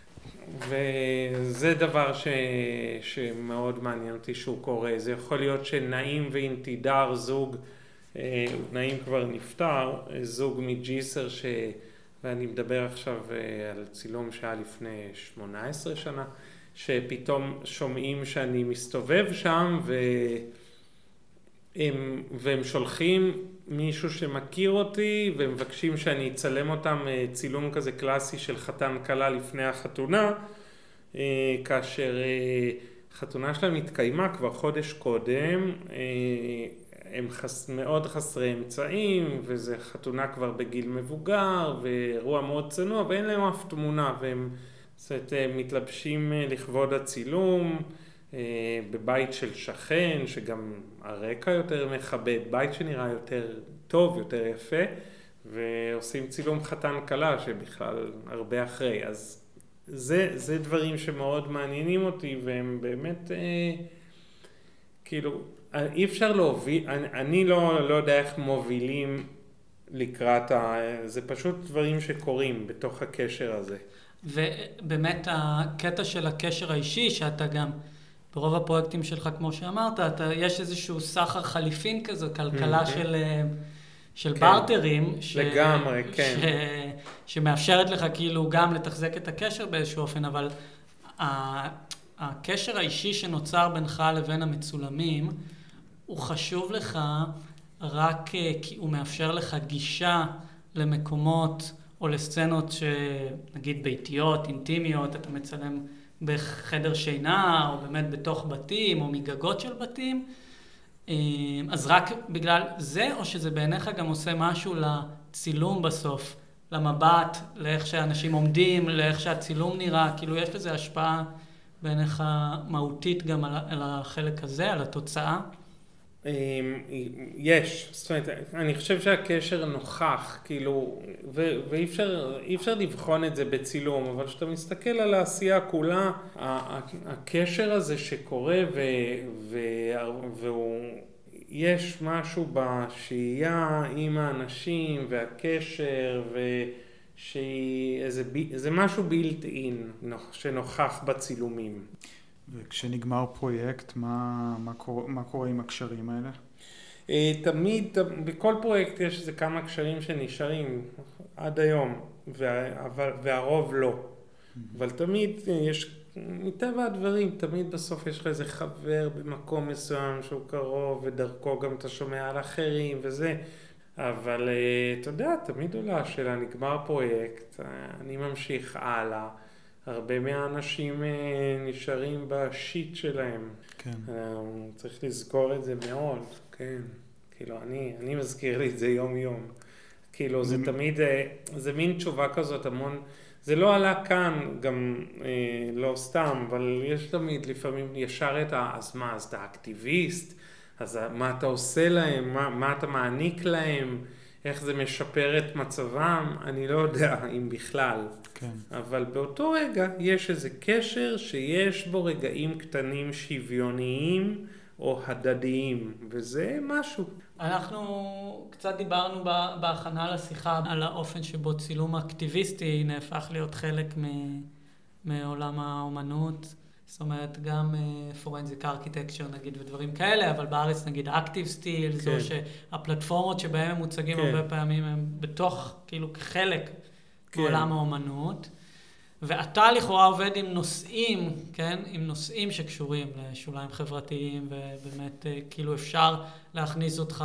וזה דבר שמאוד מעניין אותי שהוא קורה. זה יכול להיות שנעים ואינתידר, זוג, נעים כבר נפטר, זוג מג'יסר ואני מדבר עכשיו על צילום שהיה לפני 18 שנה, שפתאום שומעים שאני מסתובב שם והם שולחים מישהו שמכיר אותי והם מבקשים שאני אצלם אותם צילום כזה קלאסי של חתן קלה לפני החתונה, כאשר חתונה שלהם התקיימה כבר חודש קודם, הם מאוד חסרי אמצעים וזה חתונה כבר בגיל מבוגר ואירוע מאוד צנוע ואין להם אף תמונה והם מתלבשים לכבוד הצילום בבית של שכן שגם הרקע יותר מכבד, בית שנראה יותר טוב, יותר יפה ועושים צילום חתן קלה שבכלל הרבה אחרי. אז זה דברים שמאוד מעניינים אותי והם באמת כאילו אי אפשר להוביל, אני לא יודע איך מובילים לקראת, זה פשוט דברים שקורים בתוך הקשר הזה. ובאמת הקטע של הקשר האישי, שאתה גם ברוב הפרויקטים שלך, כמו שאמרת, יש איזשהו סחר חליפין כזה, כלכלה של כן, בארטרים, לגמרי, כן. שמאפשרת לך כאילו גם לתחזק את הקשר באיזשהו אופן, אבל הקשר האישי שנוצר בינך לבין המצולמים, הוא חשוב לך רק כי הוא מאפשר לך גישה למקומות או לסצנות שנגיד ביתיות, אינטימיות, אתה מצלם בחדר שינה או באמת בתוך בתים או מגגות של בתים, אז רק בגלל זה או שזה בעיניך גם עושה משהו לצילום בסוף, למבט, לאיך שאנשים עומדים, לאיך שהצילום נראה, כאילו יש לזה השפעה בעיניך מהותית גם על החלק הזה, על התוצאה? יש, זאת אומרת, אני חושב שהקשר נוכח, כאילו, ואי אפשר לבחון את זה בצילום, אבל כשאתה מסתכל על העשייה כולה, הקשר הזה שקורה יש משהו בשהייה עם האנשים והקשר זה משהו built in שנוכח בצילומים. וכשנגמר פרויקט, מה קורה עם הקשרים האלה? תמיד, בכל פרויקט יש איזה כמה קשרים שנשארים עד היום, והרוב לא. אבל תמיד יש, מטבע הדברים, תמיד בסוף יש לך איזה חבר במקום מסוים שהוא קרוב, ודרכו גם אתה שומע על אחרים וזה. אבל אתה יודע, תמיד עולה השאלה, נגמר פרויקט, אני ממשיך הלאה. הרבה מהאנשים נשארים בשיט שלהם. כן. צריך לזכור את זה מאוד, כן. כאילו, אני מזכיר לי את זה יום יום. כאילו, זה תמיד, זה מין תשובה כזאת המון, זה לא עלה כאן, גם לא סתם, אבל יש תמיד לפעמים ישר אז מה, אז אתה אקטיביסט? אז מה אתה עושה להם? מה אתה מעניק להם? איך זה משפר את מצבם? אני לא יודע אם בכלל. כן. אבל באותו רגע יש איזה קשר שיש בו רגעים קטנים שוויוניים או הדדיים, וזה משהו. אנחנו קצת דיברנו בהכנה לשיחה על האופן שבו צילום אקטיביסטי נהפך להיות חלק מעולם האומנות. זאת אומרת, גם פורנזיק ארכיטקצ'ר נגיד ודברים כאלה, אבל בארץ נגיד אקטיב סטיל, זו שהפלטפורמות שבהם הם מוצגים הרבה פעמים הם בתוך, כאילו כחלק מעולם האומנות. ואתה לכאורה עובד עם נושאים, כן? עם נושאים שקשורים לשוליים חברתיים, ובאמת כאילו אפשר להכניס אותך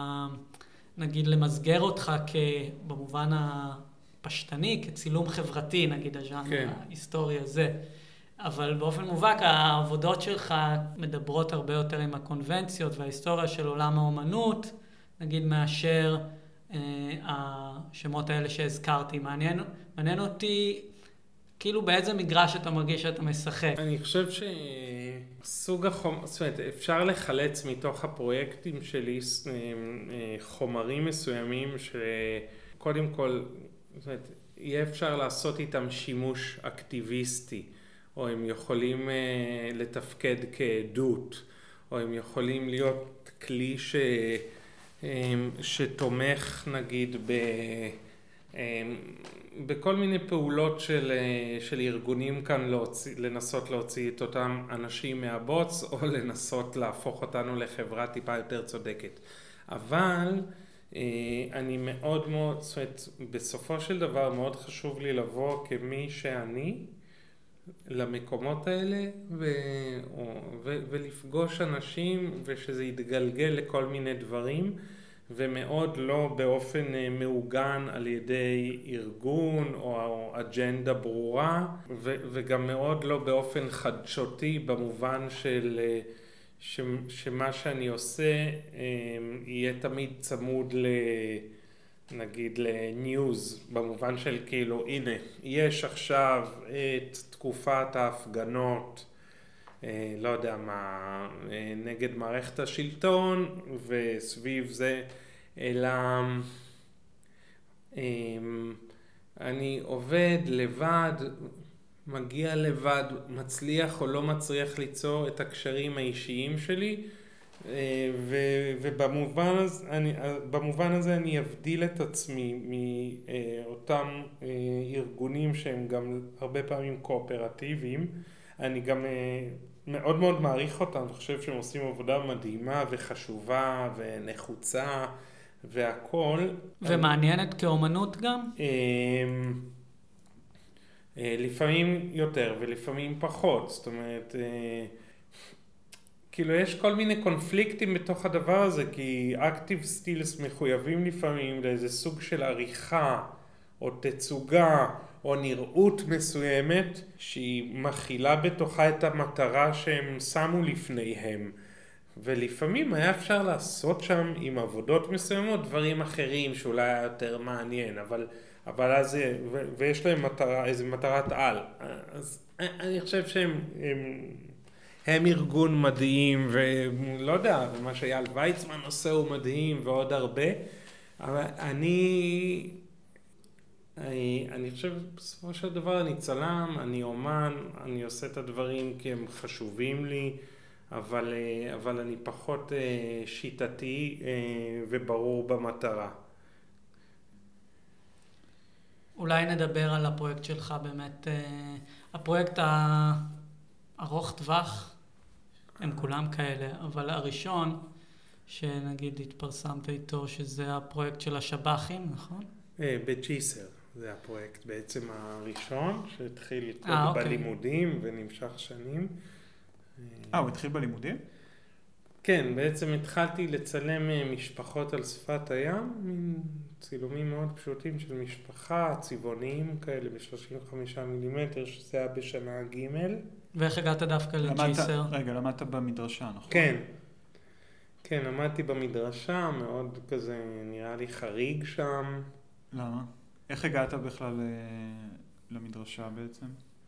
נגיד למסגר אותך במובן הפשטני, כצילום חברתי, נגיד הז'אנר ההיסטורי הזה. אבל באופן מובהק העבודות שלך מדברות הרבה יותר עם הקונבנציות וההיסטוריה של עולם האומנות, נגיד מאשר השמות האלה שהזכרתי. מעניין אותי כאילו באיזה מגרש אתה מרגיש שאתה משחק. אני חושב זאת אומרת, אפשר לחלץ מתוך הפרויקטים שלי חומרים מסוימים שקודם כל, זאת אומרת, יהיה אפשר לעשות איתם שימוש אקטיביסטי. או הם יכולים לתפקד כעדות, או הם יכולים להיות כלי שתומך נגיד בכל מיני פעולות של ארגונים כאן לנסות להוציא את אותם אנשים מהבוץ או לנסות להפוך אותנו לחברה טיפה יותר צודקת. אבל אני מאוד מאוד, זאת אומרת, בסופו של דבר מאוד חשוב לי לבוא כמי שאני למקומות האלה ולפגוש אנשים ושזה יתגלגל לכל מיני דברים ומאוד לא באופן מעוגן על ידי ארגון או אג'נדה ברורה וגם מאוד לא באופן חדשותי במובן של שמה שאני עושה יהיה תמיד צמוד נגיד לניוז, במובן של כאילו הנה יש עכשיו את תקופת ההפגנות לא יודע מה נגד מערכת השלטון וסביב זה אלא אני עובד לבד, מגיע לבד, מצליח או לא מצליח ליצור את הקשרים האישיים שלי ובמובן הזה אני אבדיל את עצמי מאותם ארגונים שהם גם הרבה פעמים קואופרטיביים. אני גם מאוד מאוד מעריך אותם וחושב שהם עושים עבודה מדהימה וחשובה ונחוצה והכל. ומעניינת כאומנות גם? לפעמים יותר ולפעמים פחות, זאת אומרת כאילו יש כל מיני קונפליקטים בתוך הדבר הזה, כי אקטיב סטילס מחויבים לפעמים לאיזה סוג של עריכה או תצוגה או נראות מסוימת שהיא מכילה בתוכה את המטרה שהם שמו לפניהם. ולפעמים היה אפשר לעשות שם עם עבודות מסוימות דברים אחרים שאולי היה יותר מעניין, אבל אז, ויש להם מטרה, איזה מטרת על. אז אני חושב הם ארגון מדהים, ולא יודע, מה שאייל ויצמן עושה הוא מדהים ועוד הרבה, אבל אני חושב בסופו של דבר אני צלם, אני אומן, אני עושה את הדברים כי הם חשובים לי, אבל אני פחות שיטתי וברור במטרה. אולי נדבר על הפרויקט שלך באמת, הפרויקט הארוך טווח, הם כולם כאלה, אבל הראשון שנגיד התפרסמת איתו, שזה הפרויקט של השב"חים, נכון? בג'יסר, זה הפרויקט בעצם הראשון שהתחיל בלימודים ונמשך שנים. הוא התחיל בלימודים? כן, בעצם התחלתי לצלם משפחות על שפת הים, מין צילומים מאוד פשוטים של משפחה, צבעוניים כאלה ב-35 מילימטר, שזה היה בשנה ג'. ואיך הגעת דווקא לג'יסר? רגע, למדת במדרשה, נכון? כן, למדתי במדרשה, מאוד כזה נראה לי חריג שם. למה? איך הגעת בכלל למדרשה בעצם?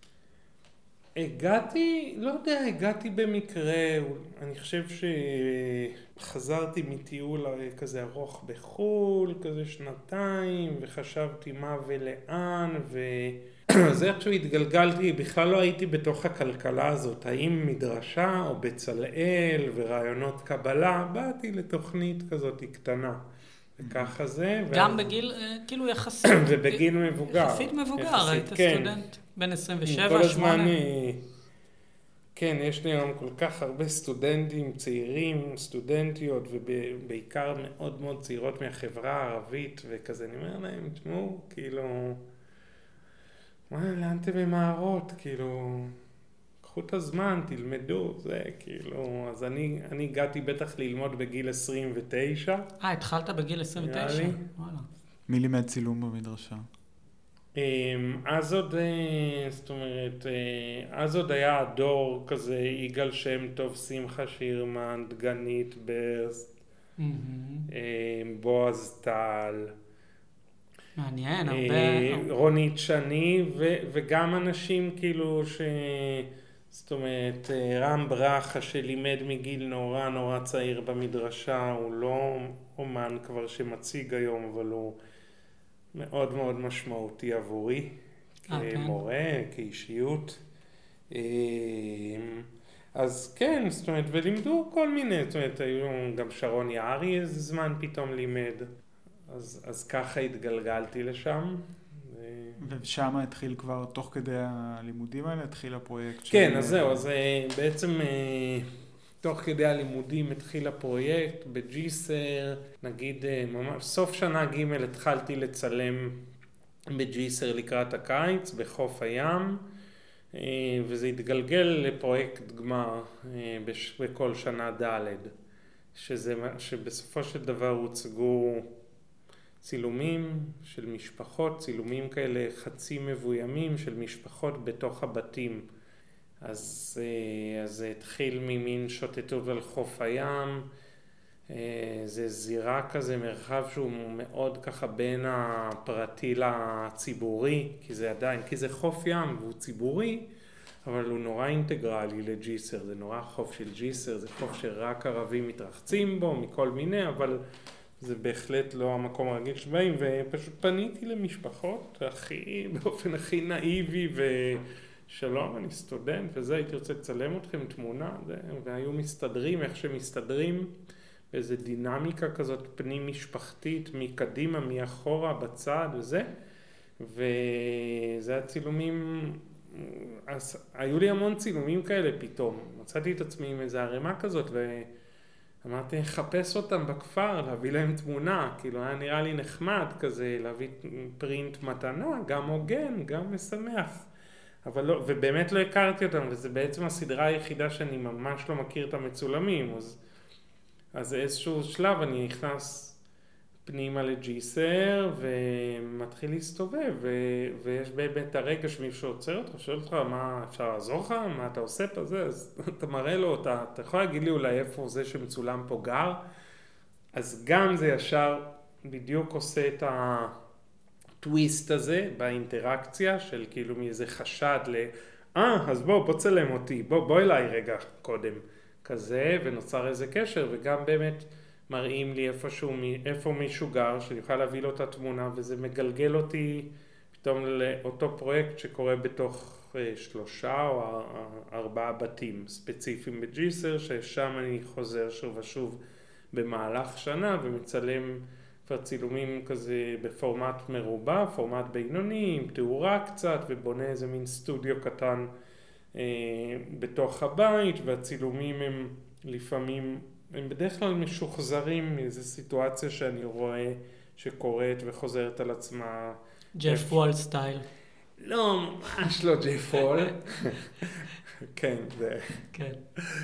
הגעתי במקרה, אני חושב שחזרתי מטיול כזה ארוך בחול, כזה שנתיים, וחשבתי מה ולאן, וזה איכשהו התגלגלתי, בכלל לא הייתי בתוך הכלכלה הזאת, האם מדרשה או בצלאל ורעיונות קבלה, באתי לתוכנית כזאת קטנה. וככה זה. גם בגיל, כאילו יחסית. ובגיל מבוגר. יחסית מבוגר, היית סטודנט בן 27, 8. כן, יש לי היום כל כך הרבה סטודנטים, צעירים, סטודנטיות, ובעיקר מאוד מאוד צעירות מהחברה הערבית, וכזה אני אומר להם, תשמעו, כאילו, לאן אתם ממהרות, כאילו, קחו את הזמן, תלמדו, זה כאילו, אז אני הגעתי בטח ללמוד בגיל 29. התחלת בגיל 29? וואלה. מי לימד צילום במדרשה? אז עוד, זאת אומרת, אז עוד היה הדור כזה, יגאל שם טוב, שמחה שירמן, דגנית ברסט, בועז טל. מעניין, הרבה. רונית שני, וגם אנשים כאילו זאת אומרת, רם ברכה שלימד מגיל נורא נורא צעיר במדרשה, הוא לא אומן כבר שמציג היום, אבל הוא מאוד מאוד משמעותי עבורי, כמורה, כאישיות. אז כן, זאת אומרת, ולימדו כל מיני, זאת אומרת, היו גם שרון יערי איזה זמן פתאום לימד, אז ככה התגלגלתי לשם. ושם התחיל כבר, תוך כדי הלימודים האלה, התחיל הפרויקט של... כן, אז זהו, אז בעצם תוך כדי הלימודים התחיל הפרויקט בג'יסר, נגיד ממש סוף שנה ג' התחלתי לצלם בג'יסר לקראת הקיץ, בחוף הים, וזה התגלגל לפרויקט גמר בכל שנה ד', שבסופו של דבר הוצגו צילומים של משפחות, צילומים כאלה חצי מבוימים של משפחות בתוך הבתים. אז זה התחיל ממין שוטטות על חוף הים, זה זירה כזה, מרחב שהוא מאוד ככה בין הפרטי לציבורי, כי זה חוף ים והוא ציבורי, אבל הוא נורא אינטגרלי לג'יסר, זה נורא חוף של ג'יסר, זה חוף שרק ערבים מתרחצים בו מכל מיני, אבל זה בהחלט לא המקום הרגיל שבאים, ופשוט פניתי למשפחות באופן הכי נאיבי ושלום, אני סטודנט וזה, הייתי רוצה לצלם אתכם תמונה, והיו מסתדרים איך שמסתדרים, באיזו דינמיקה כזאת פנים משפחתית, מקדימה, מאחורה, בצד וזה, וזה הצילומים, אז היו לי המון צילומים כאלה פתאום, מצאתי את עצמי עם איזו ערימה כזאת אמרתי, לחפש אותם בכפר, להביא להם תמונה, כאילו היה נראה לי נחמד כזה, להביא פרינט מתנה, גם הוגן, גם משמח. אבל לא, ובאמת לא הכרתי אותם, וזה בעצם הסדרה היחידה שאני ממש לא מכיר את המצולמים, אז איזשהו שלב אני נכנס פנימה לג'יסר, ומתחיל להסתובב, ויש באמת הרגע שמישהו עוצר אותך, שואל אותך, מה אפשר לעזור לך? מה אתה עושה פה זה? אז אתה מראה לו, אתה יכול להגיד לי אולי איפה זה שמצולם פה גר? אז גם זה ישר בדיוק עושה את הטוויסט הזה באינטראקציה, של כאילו מאיזה חשד אז בוא צלם אותי, בוא אליי רגע קודם, כזה, ונוצר איזה קשר, וגם באמת מראים לי איפה מישהו גר, שאני אוכל להביא לו את התמונה, וזה מגלגל אותי פתאום לאותו פרויקט שקורה בתוך 3 או 4 בתים ספציפיים בג'יסר, ששם אני חוזר שוב ושוב במהלך שנה, ומצלם כבר צילומים כזה בפורמט מרובע, פורמט בינוני, עם תאורה קצת, ובונה איזה מין סטודיו קטן בתוך הבית, והצילומים הם לפעמים הם בדרך כלל משוחזרים מאיזו סיטואציה שאני רואה שקורית וחוזרת על עצמה. ג'ף וול סטייל. לא, ממש לא ג'ף וול. כן, זה... כן.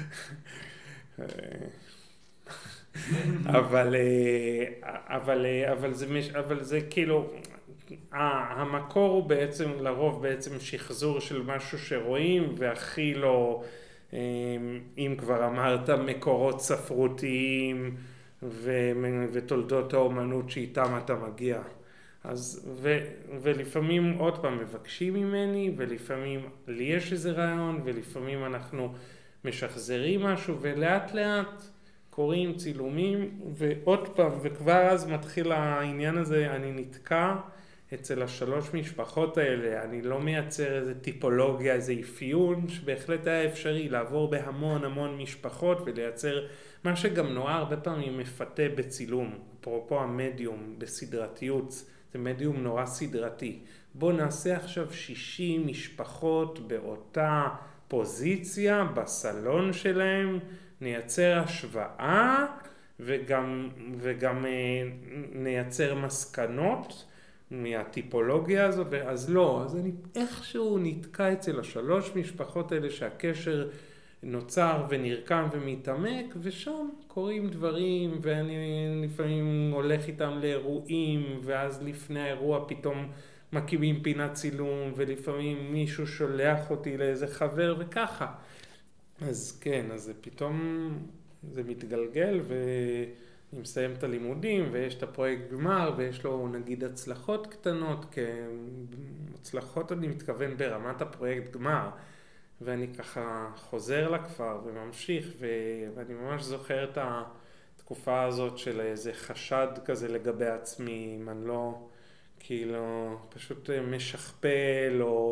אבל זה כאילו, המקור הוא בעצם לרוב בעצם שחזור של משהו שרואים, והכי לא... אם כבר אמרת מקורות ספרותיים ותולדות האומנות שאיתם אתה מגיע. אז ולפעמים עוד פעם מבקשים ממני, ולפעמים לי יש איזה רעיון, ולפעמים אנחנו משחזרים משהו, ולאט לאט קוראים צילומים, ועוד פעם, וכבר אז מתחיל העניין הזה, אני נתקע אצל 3 משפחות האלה, אני לא מייצר איזה טיפולוגיה, איזה אפיון, שבהחלט היה אפשרי לעבור בהמון משפחות ולייצר מה שגם נורא הרבה פעמים מפתה בצילום, אפרופו המדיום בסדרתיות, זה מדיום נורא סדרתי. בוא נעשה עכשיו 60 משפחות באותה פוזיציה בסלון שלהם, נייצר השוואה וגם נייצר מסקנות מהטיפולוגיה הזאת, אז לא, אז אני איכשהו נתקע אצל 3 משפחות האלה שהקשר נוצר ונרקם ומתעמק, ושם קורים דברים, ואני לפעמים הולך איתם לאירועים, ואז לפני האירוע פתאום מקימים פינת צילום, ולפעמים מישהו שולח אותי לאיזה חבר וככה. אז כן, אז זה פתאום, זה מתגלגל אני מסיים את הלימודים, ויש את הפרויקט גמר, ויש לו נגיד הצלחות קטנות, כי הצלחות אני מתכוון ברמת הפרויקט גמר, ואני ככה חוזר לכפר וממשיך, ואני ממש זוכר את התקופה הזאת של איזה חשד כזה לגבי עצמי, אם אני לא כאילו פשוט משכפל, או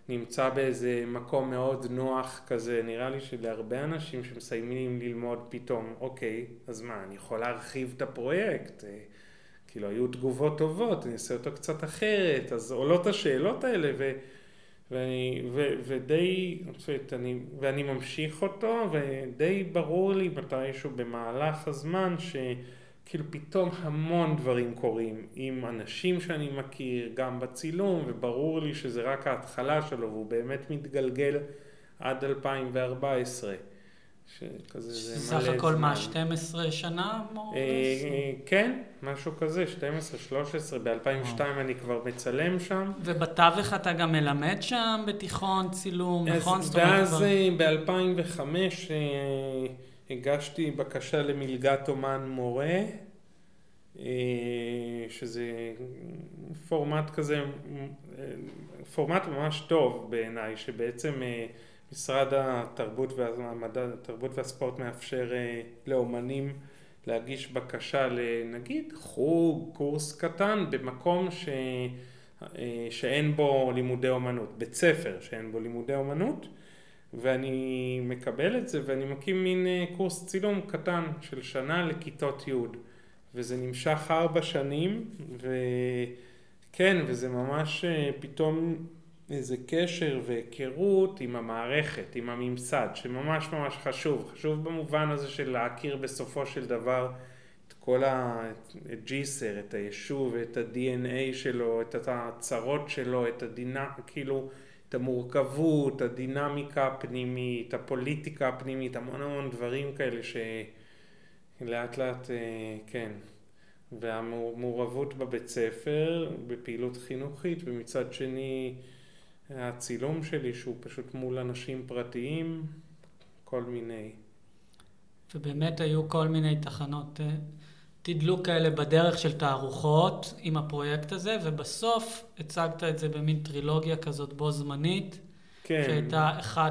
נמצא באיזה מקום מאוד נוח כזה. נראה לי שלהרבה אנשים שמסיימים ללמוד פתאום, אוקיי, אז מה, אני יכול להרחיב את הפרויקט, כאילו היו תגובות טובות, אני אעשה אותו קצת אחרת, אז עולות השאלות האלה, ואני ממשיך אותו, ודי ברור לי מתישהו במהלך הזמן שכאילו פתאום המון דברים קורים עם אנשים שאני מכיר, גם בצילום, וברור לי שזה רק ההתחלה שלו, והוא באמת מתגלגל עד 2014. סך הכל מה, 12 שנה? כן, משהו כזה, 12, 13, ב-2002 אני כבר מצלם שם. ובתווך אתה גם מלמד שם בתיכון, צילום, נכון? ואז ב-2005 הגשתי בקשה למלגת אומן מורה, שזה פורמט כזה, פורמט ממש טוב בעיניי, שבעצם משרד התרבות והספורט מאפשר לאומנים להגיש בקשה לנגיד חוג, קורס קטן, במקום שאין בו לימודי אומנות, בית ספר שאין בו לימודי אומנות, ואני מקבל את זה ואני מקים מין קורס צילום קטן של שנה לכיתות י', וזה נמשך 4 שנים, וכן, וזה ממש פתאום איזה קשר והיכרות עם המערכת, עם הממסד, שממש ממש חשוב. חשוב במובן הזה של להכיר בסופו של דבר את כל את ג'יסר, את היישוב, את ה-DNA שלו, את הצרות שלו, כאילו, את המורכבות, הדינמיקה הפנימית, הפוליטיקה הפנימית, המון דברים כאלה שלאט לאט, כן. והמעורבות בבית ספר, בפעילות חינוכית, ומצד שני, הצילום שלי שהוא פשוט מול אנשים פרטיים, כל מיני. ובאמת היו כל מיני תחנות תדלוק כאלה בדרך של תערוכות עם הפרויקט הזה, ובסוף הצגת את זה במין טרילוגיה כזאת בו זמנית, כן. שהייתה אחד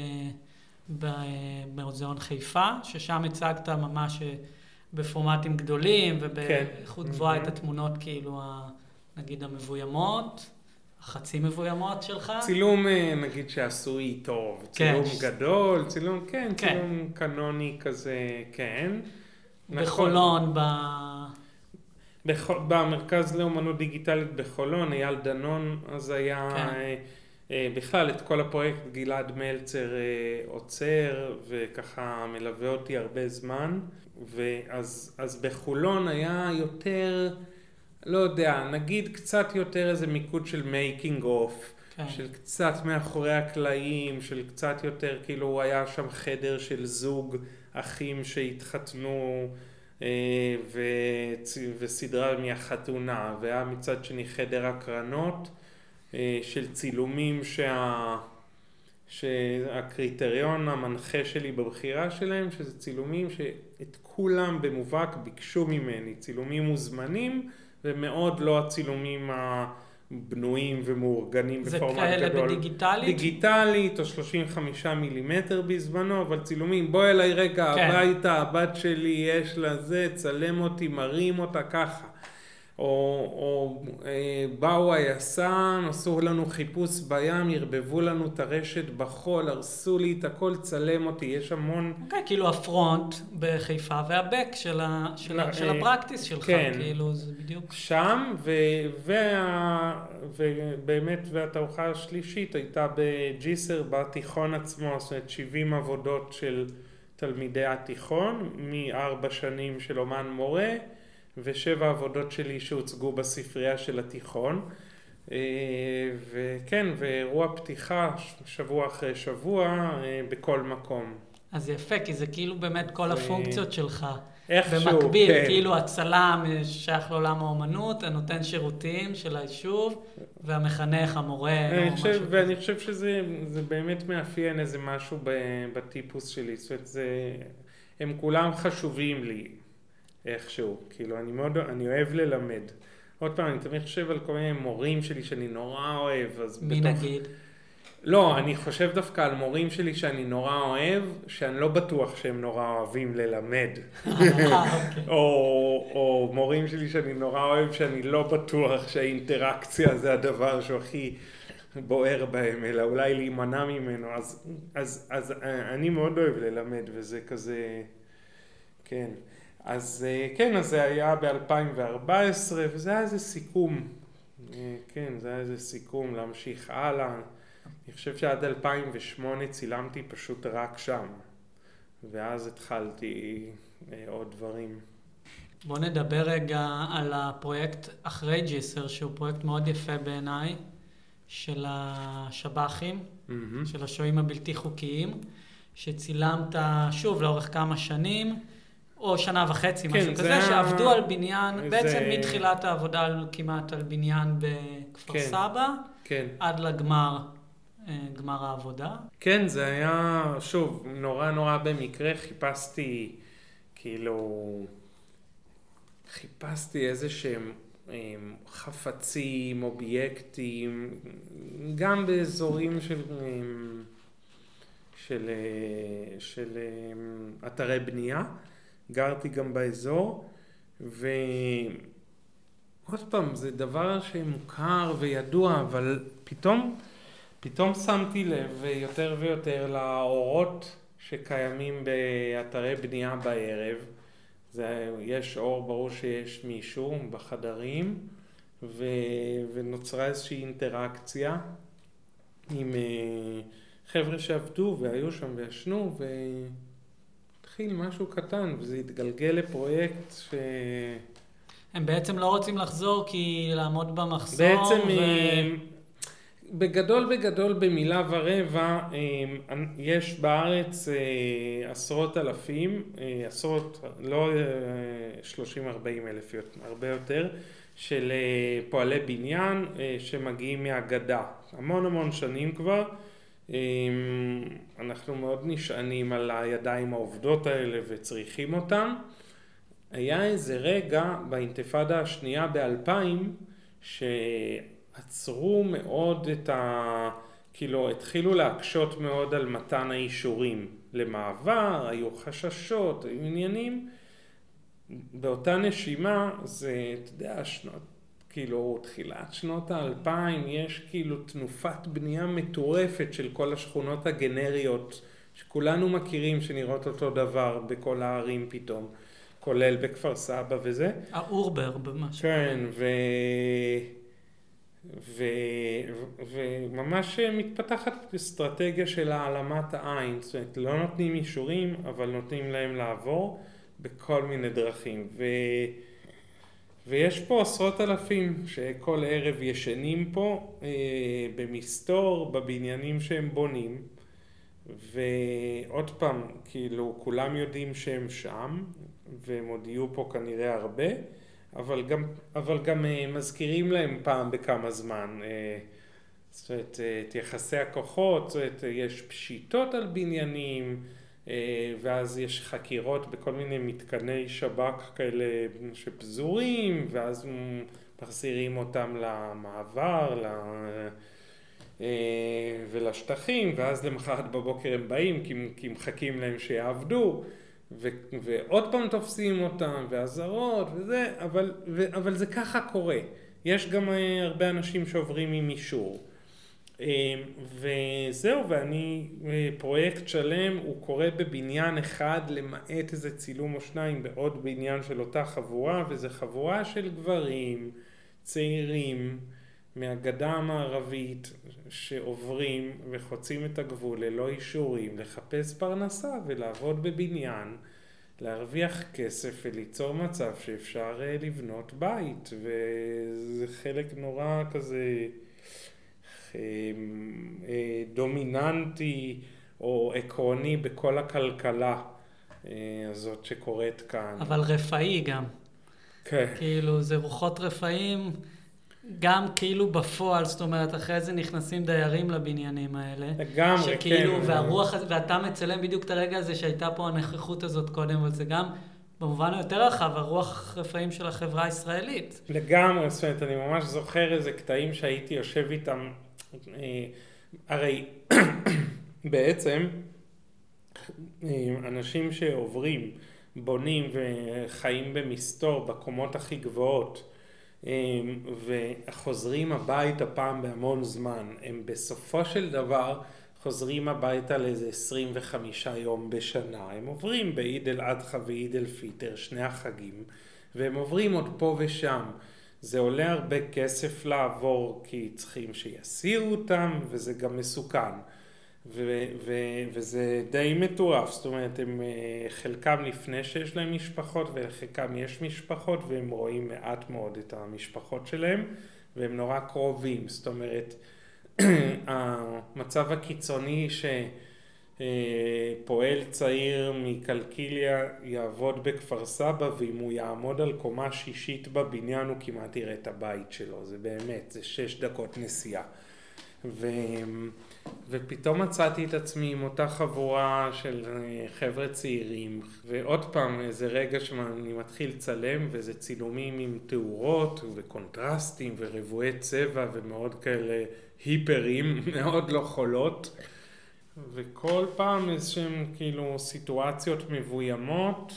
במוזיאון חיפה, ששם הצגת ממש בפורמטים גדולים ובאיכות גבוהה את התמונות כאילו נגיד המבוימות. חצי מבוימות שלך? צילום נגיד שעשוי טוב, צילום גדול, צילום, כן, צילום קנוני כזה, כן. בחולון, במרכז לאומנות דיגיטלית בחולון, אייל דנון, אז היה בכלל את כל הפרויקט גלעד מלצר עוצר, וככה מלווה אותי הרבה זמן, ואז בחולון היה יותר, לא יודע, נגיד קצת יותר איזה מיקוד של מייקינג אוף, של קצת מאחורי הקלעים, של קצת יותר, כאילו היה שם חדר של זוג אחים שהתחתנו וסדרה מהחתונה, והיה מצד שני חדר הקרנות של צילומים שהקריטריון המנחה שלי בבחירה שלהם, שזה צילומים שאת כולם במובהק ביקשו ממני, צילומים מוזמנים, ומאוד לא הצילומים הבנויים ומאורגנים בפורמט גדול. זה כאלה בדיגיטלית? דיגיטלית או 35 מילימטר בזמנו, אבל צילומים, בוא אליי רגע הביתה, הבת שלי יש לה זה, צלם אותי, מרים אותה ככה. או באו היס"מ, עשו לנו חיפוש בים, הרבבו לנו את הרשת בחול, הרסו לי את הכל, צלם אותי, יש המון... כאילו הפרונט בחיפה והבק של הפרקטיס שלך, כאילו זה בדיוק... שם, ובאמת, והתערוכה השלישית הייתה בג'יסר, בתיכון עצמו, זאת אומרת 70 עבודות של תלמידי התיכון, מ4 שנים של אומן מורה, ו7 עבודות שלי שהוצגו בספרייה של התיכון, וכן, ואירוע פתיחה שבוע אחרי שבוע בכל מקום. אז יפה, כי זה כאילו באמת כל הפונקציות שלך. איכשהו, במקביל, כן. כאילו הצלם שייך לעולם האומנות, הנותן שירותים של היישוב, והמחנך, המורה. ואני חושב שזה באמת מאפיין איזה משהו בטיפוס שלי, זאת אומרת, הם כולם חשובים לי. איכשהו, כאילו אני אוהב ללמד. עוד פעם, אני תמיד חושב על כל מיני מורים שלי שאני נורא אוהב, אז מי נגיד? לא, אני חושב דווקא על מורים שלי שאני נורא אוהב, שאני לא בטוח שהם נורא אוהבים ללמד. או מורים שלי שאני נורא אוהב, שאני לא בטוח שהאינטראקציה זה הדבר שהוא בוער בהם, אלא אולי להימנע ממנו. אז אני מאוד אוהב ללמד, וזה כזה, כן. אז כן, אז זה היה ב-2014, וזה היה איזה סיכום. כן, זה היה איזה סיכום להמשיך הלאה. אני חושב שעד 2008 צילמתי פשוט רק שם, ואז התחלתי עוד דברים. בוא נדבר רגע על הפרויקט אחרי ג'יסר, שהוא פרויקט מאוד יפה בעיניי, של השב"חים, של השוהים הבלתי חוקיים, שצילמת שוב לאורך כמה שנים, או שנה וחצי, כן, משהו כזה, שעבדו על בניין, בעצם מתחילת העבודה כמעט על בניין בכפר כן, סבא, כן. עד לגמר העבודה. כן, זה היה, שוב, נורא במקרה, חיפשתי איזה שהם חפצים, אובייקטים, גם באזורים של אתרי בנייה. גרתי גם באזור, ועוד פעם, זה דבר שמוכר וידוע, אבל פתאום שמתי לב יותר ויותר לאורות שקיימים באתרי בנייה בערב. יש אור, ברור שיש מישהו בחדרים, ונוצרה איזושהי אינטראקציה עם חבר'ה שעבדו והיו שם וישנו, והתחיל משהו קטן, וזה התגלגל לפרויקט הם בעצם לא רוצים לחזור כי לעמוד במחסור. בעצם בגדול במילה ורבע, יש בארץ עשרות אלפים, לא 30-40 אלף, הרבה יותר, של פועלי בניין שמגיעים מהגדה. המון שנים כבר. אנחנו מאוד נשענים על הידיים העובדות האלה וצריכים אותם. היה איזה רגע באינתיפאדה השנייה ב-2000 שעצרו מאוד התחילו להקשות מאוד על מתן האישורים למעבר, היו חששות, היו עניינים. באותה נשימה זה, אתה יודע, תחילת שנות ה-2000, יש תנופת בנייה מטורפת של כל השכונות הגנריות, שכולנו מכירים, שנראות אותו דבר בכל הערים פתאום, כולל בכפר סבא וזה. האורבר במשהו. כן, וממש מתפתחת אסטרטגיה של העלמת העין, זאת אומרת, לא נותנים אישורים, אבל נותנים להם לעבור בכל מיני דרכים. ויש פה עשרות אלפים שכל ערב ישנים פה במסתור, בבניינים שהם בונים, ועוד פעם, כולם יודעים שהם שם, והם עוד יהיו פה כנראה הרבה, אבל גם מזכירים להם פעם בכמה זמן. זאת אומרת, את יחסי הכוחות, זאת אומרת, יש פשיטות על בניינים, ואז יש חקירות בכל מיני מתקני שב"כ כאלה שפזורים, ואז מחזירים אותם למעבר ולשטחים, ואז למחרת בבוקר הם באים כי מחכים להם שיעבדו, ועוד פעם תופסים אותם, והזרות וזה, אבל זה ככה קורה. יש גם הרבה אנשים שעוברים עם אישור. וזהו, ואני, פרויקט שלם, הוא קורה בבניין אחד, למעט איזה צילום או שניים בעוד בניין של אותה חבורה, וזה חבורה של גברים צעירים מהגדה המערבית שעוברים וחוצים את הגבול ללא אישורים, לחפש פרנסה ולעבוד בבניין, להרוויח כסף וליצור מצב שאפשר לבנות בית, וזה חלק נורא כזה דומיננטי או עקרוני בכל הכלכלה הזאת שקורית כאן. אבל רפאי גם. כן. זה רוחות רפאים, גם בפועל, זאת אומרת, אחרי זה נכנסים דיירים לבניינים האלה. לגמרי, כן. והרוח, ואתה מצלם בדיוק את הרגע הזה שהייתה פה הנכחות הזאת קודם, אבל זה גם במובן היותר רחב, הרוח רפאים של החברה הישראלית. לגמרי, זאת אומרת, אני ממש זוכר איזה קטעים שהייתי יושב איתם, הרי בעצם אנשים שעוברים, בונים וחיים במסתור בקומות הכי גבוהות, וחוזרים הביתה פעם בהמון זמן. הם בסופו של דבר חוזרים הביתה לאיזה 25 יום בשנה. הם עוברים בעיד אל אדחא ועיד אל פיטר, שני החגים, והם עוברים עוד פה ושם. זה עולה הרבה כסף לעבור כי צריכים שיסיעו אותם, וזה גם מסוכן. וזה די מטורף, זאת אומרת, הם חלקם לפני שיש להם משפחות, ולחלקם יש משפחות, והם רואים מעט מאוד את המשפחות שלהם, והם נורא קרובים. זאת אומרת, המצב הקיצוני שפועל צעיר מקלקיליה יעבוד בכפר סבא, ואם הוא יעמוד על קומה שישית בבניין הוא כמעט יראה את הבית שלו. זה באמת, זה 6 דקות נסיעה. ופתאום מצאתי את עצמי עם אותה חבורה של חבר'ה צעירים, ועוד פעם איזה רגע שאני מתחיל לצלם, וזה צילומים עם תאורות וקונטרסטים ורבועי צבע ומאוד כאלה היפרים, מאוד לא חולות, וכל פעם איזשהם כאילו סיטואציות מבוימות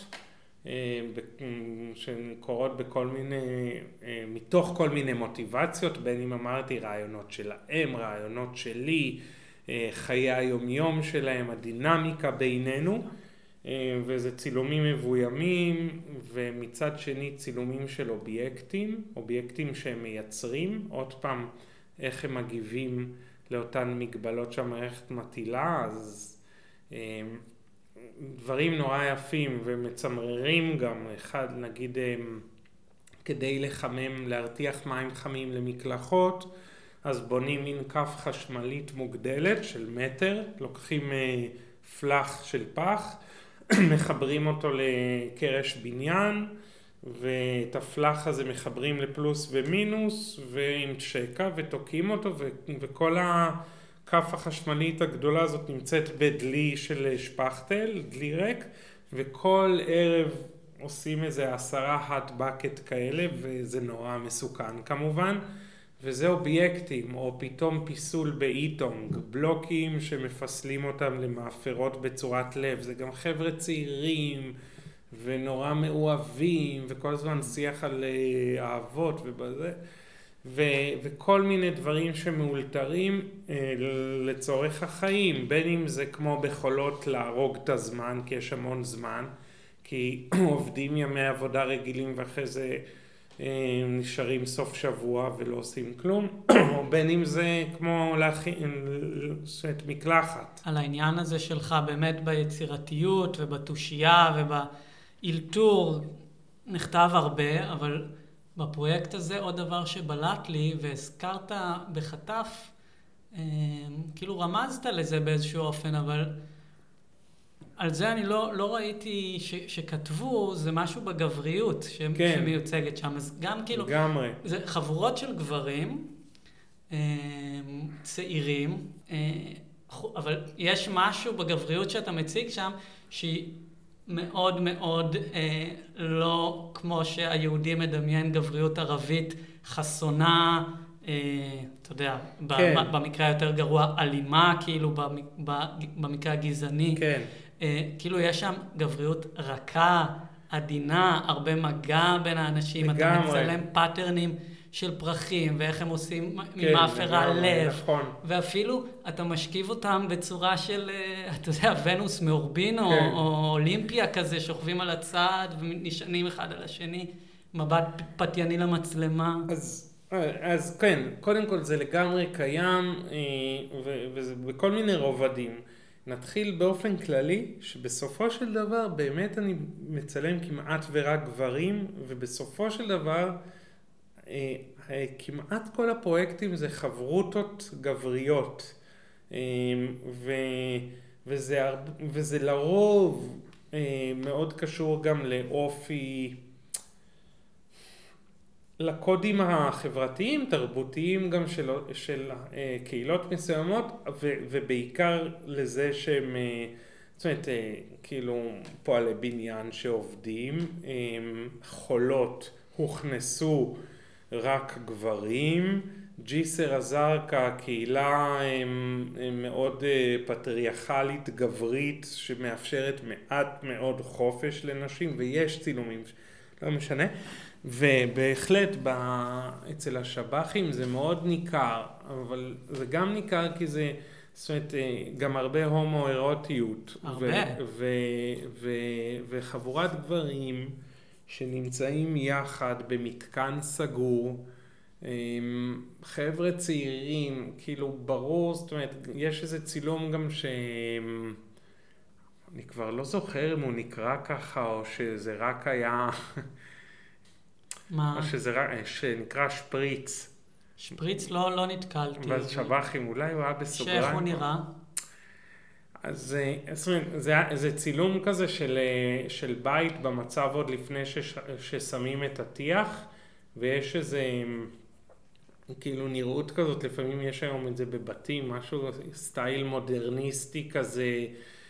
שקורות בכל מיני, מתוך כל מיני מוטיבציות, בין אם אמרתי רעיונות שלהם, רעיונות שלי, חיי היומיום שלהם, הדינמיקה בינינו, וזה צילומים מבוימים, ומצד שני צילומים של אובייקטים שהם מייצרים, עוד פעם איך הם מגיבים לאותן מגבלות שהמערכת מטילה, אז דברים נורא יפים ומצמררים גם. אחד, נגיד, כדי לחמם, להרתיח מים חמים למקלחות, אז בונים מין כף חשמלית מוגדלת של מטר, לוקחים פלח של פח, מחברים אותו לקרש בניין, ואת הפלח הזה מחברים לפלוס ומינוס, ועם שקע ותוקעים אותו, וכל הכף החשמלית הגדולה הזאת נמצאת בדלי של שפכטל, דלי ריק, וכל ערב עושים איזה 10 hot bucket כאלה, וזה נורא מסוכן כמובן, וזה אובייקטים, או פתאום פיסול באיטונג, בלוקים שמפסלים אותם למאפרות בצורת לב, זה גם חבר'ה צעירים ונורא מאוהבים, וכל הזמן שיח על אהבות ובזה, וכל מיני דברים שמאולתרים לצורך החיים, בין אם זה כמו בחולות להרוג את הזמן, כי יש המון זמן, כי עובדים ימי עבודה רגילים ואחרי זה נשארים סוף שבוע ולא עושים כלום, או בין אם זה כמו לעשות מקלחת. על העניין הזה שלך באמת ביצירתיות ובתושייה ובאילתור נכתב הרבה, אבל בפרויקט הזה עוד דבר שבלט לי, והזכרת בחטף, כאילו רמזת לזה באיזשהו אופן, אבל על זה אני לא ראיתי שכתבו, זה משהו בגבריות שמיוצגת שם. אז גם כאילו, זה חבורות של גברים צעירים, אבל יש משהו בגבריות שאתה מציג שם שהיא מאוד מאוד לא כמו שהיהודי מדמיין גבריות ערבית חסונה, אתה יודע, במקרה היותר גרוע אלימה, כאילו במקרה הגזעני. כן. כאילו יש שם גבריות רכה, עדינה, הרבה מגע בין האנשים, אתה מצלם פאטרנים של פרחים, ואיך הם עושים ממאפרה לב, נכון. ואפילו אתה משכיב אותם בצורה של, אתה יודע, ונוס מאורבין, או אולימפיה כזה, שוכבים על הצד ונשענים אחד על השני, מבט פתייני למצלמה. אז כן, קודם כל זה לגמרי קיים, וזה בכל מיני רובדים. נתחיל באופן כללי, שבסופו של דבר באמת אני מצלם כמעט ורק גברים, ובסופו של דבר כמעט כל הפרויקטים זה חברותות גבריות, וזה לרוב מאוד קשור גם לאופי, לקודים החברתיים, תרבותיים גם של קהילות מסוימות, ובעיקר לזה שהם, זאת אומרת, כאילו פועלי בניין שעובדים, חולות הוכנסו רק גברים, ג'יסר א-זרקא, קהילה מאוד פטריארכלית גברית שמאפשרת מעט מאוד חופש לנשים, ויש צילומים לא משנה. ובהחלט אצל השב"חים זה מאוד ניכר, אבל זה גם ניכר כי זה, זאת אומרת, גם הרבה הומואירוטיות. הרבה. וחבורת גברים שנמצאים יחד במתקן סגור, חבר'ה צעירים, כאילו ברור, זאת אומרת, יש איזה צילום גם אני כבר לא זוכר אם הוא נקרא ככה או שזה רק היה... מה? או שזה רק, שנקרא שפריץ. שפריץ לא נתקלתי. ואז שב"חים, אולי הוא היה בסוגריים. שאיך הוא נראה? אז זה צילום כזה של בית במצב עוד לפני ששמים את הטיח, ויש איזה כאילו נראות כזאת, לפעמים יש היום את זה בבתים, משהו סטייל מודרניסטי כזה,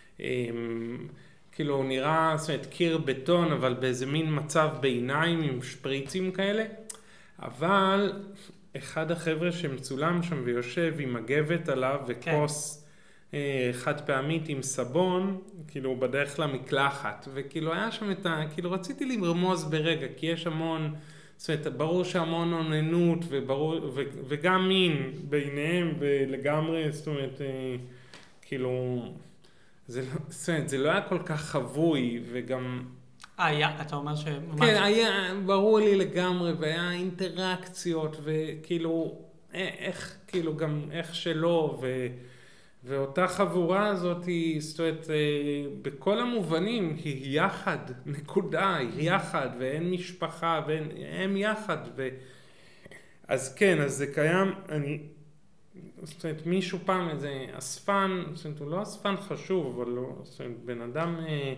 כאילו נראה, זאת אומרת, קיר בטון, אבל באיזה מין מצב ביניים עם שפריצים כאלה. אבל אחד החבר'ה שמצולם שם ויושב עם מגבת עליו וכוס חד פעמית עם סבון, כאילו בדרך למקלחת, וכאילו היה שם כאילו רציתי לרמוז ברגע, כי יש המון, זאת אומרת, ברור שהמון עוננות וגם מין ביניהם ולגמרי, זאת אומרת, כאילו... זה לא היה כל כך חבוי, וגם... אתה אומר שממש... כן, היה ברור לי לגמרי, והיה אינטראקציות, וכאילו, כאילו גם איך שלא, ואותה חבורה הזאת היא, זאת אומרת, בכל המובנים, היא יחד, נקודה, היא יחד, ואין משפחה, והם יחד, אז כן, אז זה קיים, זאת אומרת, מישהו פעם איזה אספן, זאת אומרת, הוא לא אספן חשוב, אבל לא, זאת אומרת, בן אדם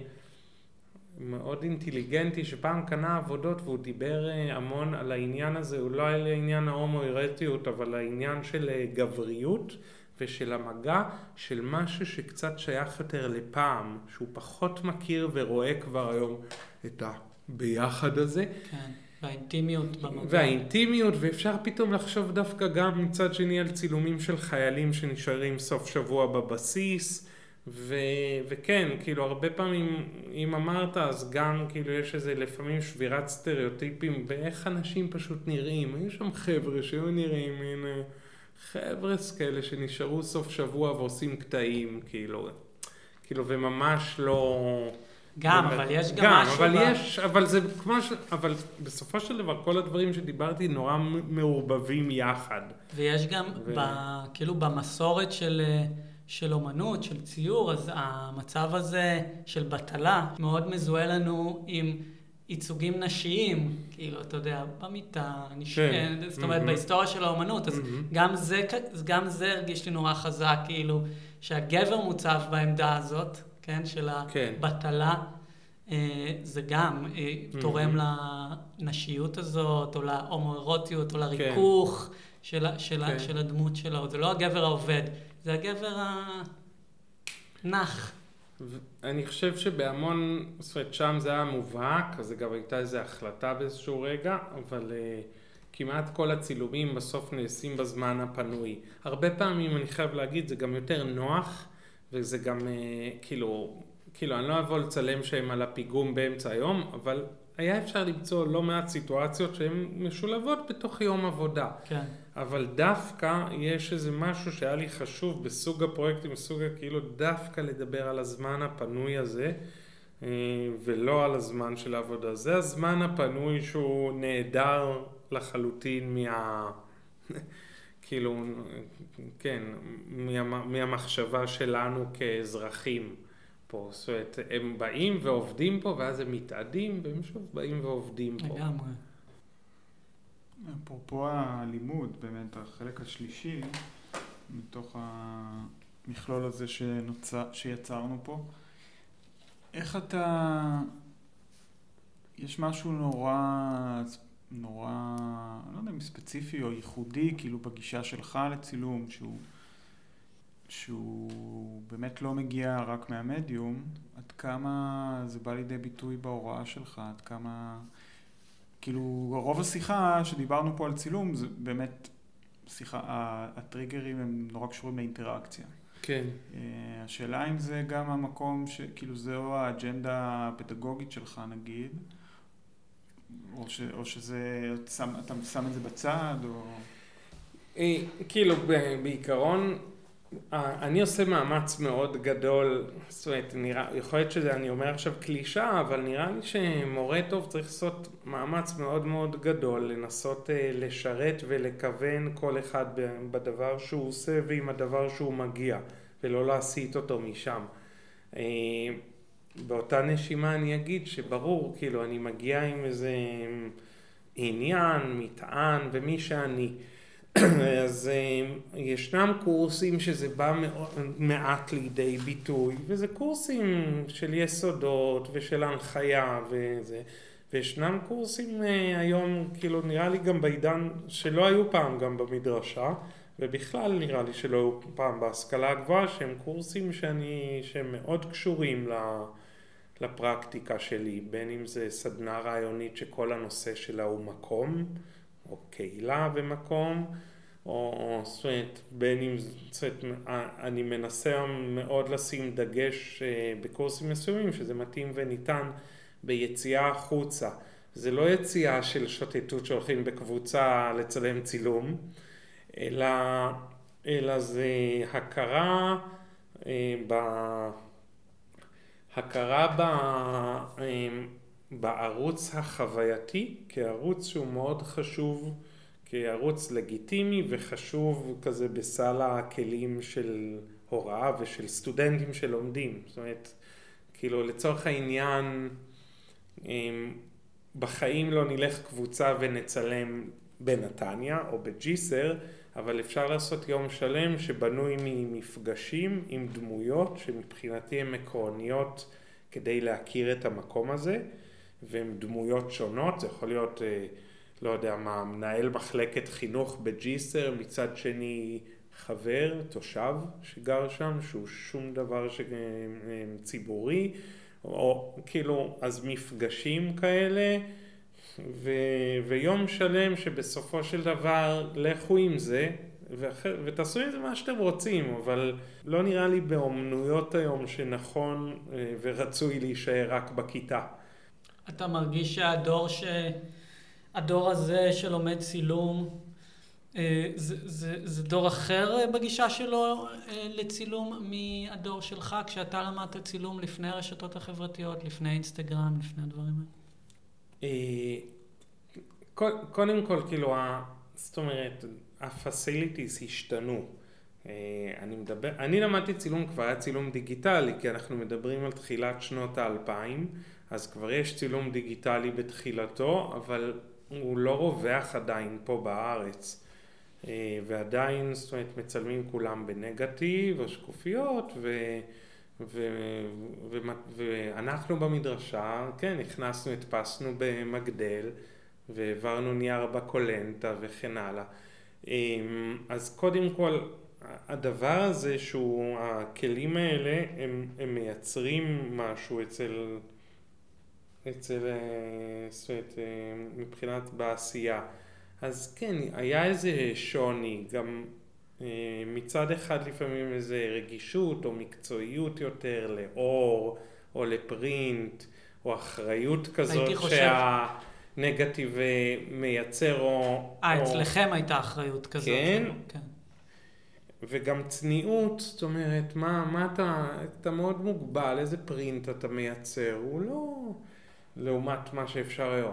מאוד אינטליגנטי שפעם קנה עבודות והוא דיבר המון על העניין הזה, הוא לא על העניין ההומואירוטיות, אבל העניין של גבריות ושל המגע של משהו שקצת שייך יותר לפעם, שהוא פחות מכיר ורואה כבר היום את הביחד הזה. כן. והאינטימיות במגע. והאינטימיות, ואפשר פתאום לחשוב דווקא גם מצד שני על צילומים של חיילים שנשארים סוף שבוע בבסיס, וכן, כאילו הרבה פעמים, אם אמרת, אז גם כאילו יש איזה לפעמים שבירת סטריאוטיפים, ואיך אנשים פשוט נראים. היו שם חבר'ה שהיו נראים, הנה, חבר'ה כאלה שנשארו סוף שבוע ועושים קטעים, כאילו, וממש לא... גם, אבל יש גם משהו... אבל בסופו של דבר, כל הדברים שדיברתי נורא מעורבבים יחד. ויש גם, כאילו במסורת של אומנות, של ציור, אז המצב הזה של בטלה מאוד מזוהה לנו עם ייצוגים נשיים, כאילו, אתה יודע, במיטה, זאת אומרת, בהיסטוריה של האומנות, אז גם זה הרגיש לי נורא חזק, כאילו, שהגבר מוצב בעמדה הזאת, כן, של הבטלה, זה גם תורם לנשיות הזאת, או להומואירוטיות, או לריכוך של הדמות שלו. זה לא הגבר העובד, זה הגבר הנח. אני חושב שבהמון, זאת אומרת, שם זה היה מובהק, אז זה גם הייתה איזו החלטה באיזשהו רגע, אבל כמעט כל הצילומים בסוף נעשים בזמן הפנוי. הרבה פעמים, אני חייב להגיד, זה גם יותר נוח, וזה גם כאילו, אני לא אבוא לצלם שהם על הפיגום באמצע היום, אבל היה אפשר למצוא לא מעט סיטואציות שהן משולבות בתוך יום עבודה. כן. אבל דווקא יש איזה משהו שהיה לי חשוב בסוג הפרויקטים, בסוג כאילו דווקא לדבר על הזמן הפנוי הזה, ולא על הזמן של העבודה. זה הזמן הפנוי שהוא נהדר לחלוטין כאילו, כן, מהמחשבה שלנו כאזרחים פה. זאת אומרת, הם באים ועובדים פה, ואז הם מתעדים, והם שוב באים ועובדים פה. לגמרי. אפרופו הלימוד, באמת, החלק השלישי, מתוך המכלול הזה שיצרנו פה, איך אתה... יש משהו נורא, לא יודע אם ספציפי או ייחודי, כאילו בגישה שלך לצילום, שהוא באמת לא מגיע רק מהמדיום, עד כמה זה בא לידי ביטוי בהוראה שלך, עד כמה... כאילו, רוב השיחה שדיברנו פה על צילום, זה באמת, הטריגרים הם נורא קשורים לאינטראקציה. כן. השאלה אם זה גם המקום כאילו זהו האג'נדה הפדגוגית שלך, נגיד, או שזה, אתה שם את זה בצד, או... כאילו, בעיקרון, אני עושה מאמץ מאוד גדול, זאת אומרת, יכול להיות שזה, אני אומר עכשיו קלישה, אבל נראה לי שמורה טוב צריך לעשות מאמץ מאוד מאוד גדול, לנסות לשרת ולכוון כל אחד בדבר שהוא עושה ועם הדבר שהוא מגיע, ולא להסיט אותו משם. באותה נשימה אני אגיד שברור, כאילו, אני מגיע עם איזה עניין, מטען, ומי שאני. אז ישנם קורסים שזה בא מעט לידי ביטוי, וזה קורסים של יסודות ושל הנחיה וזה, וישנם קורסים היום, כאילו נראה לי גם בעידן שלא היו פעם גם במדרשה, ובכלל נראה לי שלא היו פעם בהשכלה הגבוהה, שהם קורסים שהם מאוד קשורים לפרקטיקה שלי, בין אם זה סדנה רעיונית שכל הנושא שלה הוא מקום, או קהילה ומקום, או זאת אומרת, בין אם אני מנסה מאוד לשים דגש בקורסים מסוימים, שזה מתאים וניתן ביציאה החוצה. זה לא יציאה של שוטטות שהולכים בקבוצה לצלם צילום, אלא זה הכרה בערוץ החווייתי, כערוץ שהוא מאוד חשוב, כערוץ לגיטימי וחשוב כזה בסל הכלים של הוראה ושל סטודנטים שלומדים. זאת אומרת, כאילו לצורך העניין, בחיים לא נלך קבוצה ונצלם בנתניה או בג'יסר, אבל אפשר לעשות יום שלם שבנוי ממפגשים עם דמויות שמבחינתי הן עקרוניות כדי להכיר את המקום הזה, והן דמויות שונות. זה יכול להיות, לא יודע מה, מנהל מחלקת חינוך בג'יסר, מצד שני חבר, תושב שגר שם, שהוא שום דבר ציבורי, או כאילו, אז מפגשים כאלה, ויום שלם שבסופו של דבר לכו עם זה, ותעשו עם זה מה שאתם רוצים, אבל לא נראה לי באומנויות היום שנכון ורצוי להישאר רק בכיתה. אתה מרגיש שהדור הזה שלומד צילום, זה דור אחר בגישה שלו לצילום מהדור שלך, כשאתה למדת צילום לפני הרשתות החברתיות, לפני אינסטגרם, לפני הדברים האלה? קודם כל, כאילו, זאת אומרת, הפסיליטיז השתנו. אני למדתי צילום, כבר היה צילום דיגיטלי, כי אנחנו מדברים על תחילת שנות ה-2000, אז כבר יש צילום דיגיטלי בתחילתו, אבל הוא לא רווח עדיין פה בארץ. ועדיין, זאת אומרת, מצלמים כולם בנגטיב או שקופיות, ואנחנו במדרשה, כן, נכנסנו, הדפסנו במגדל, והעברנו נייר בקולנטה וכן הלאה. אז קודם כל, הדבר הזה שהוא, הכלים האלה, הם מייצרים משהו זאת אומרת, מבחינת בעשייה. אז כן, היה איזה שוני, גם מצד אחד לפעמים איזה רגישות או מקצועיות יותר לאור או לפרינט או אחריות כזאת שהנגטיב מייצר או... אצלכם הייתה אחריות כזאת. כן. וגם צניעות, זאת אומרת, מה אתה מאוד מוגבל, איזה פרינט אתה מייצר, הוא לא לעומת מה שאפשר היום.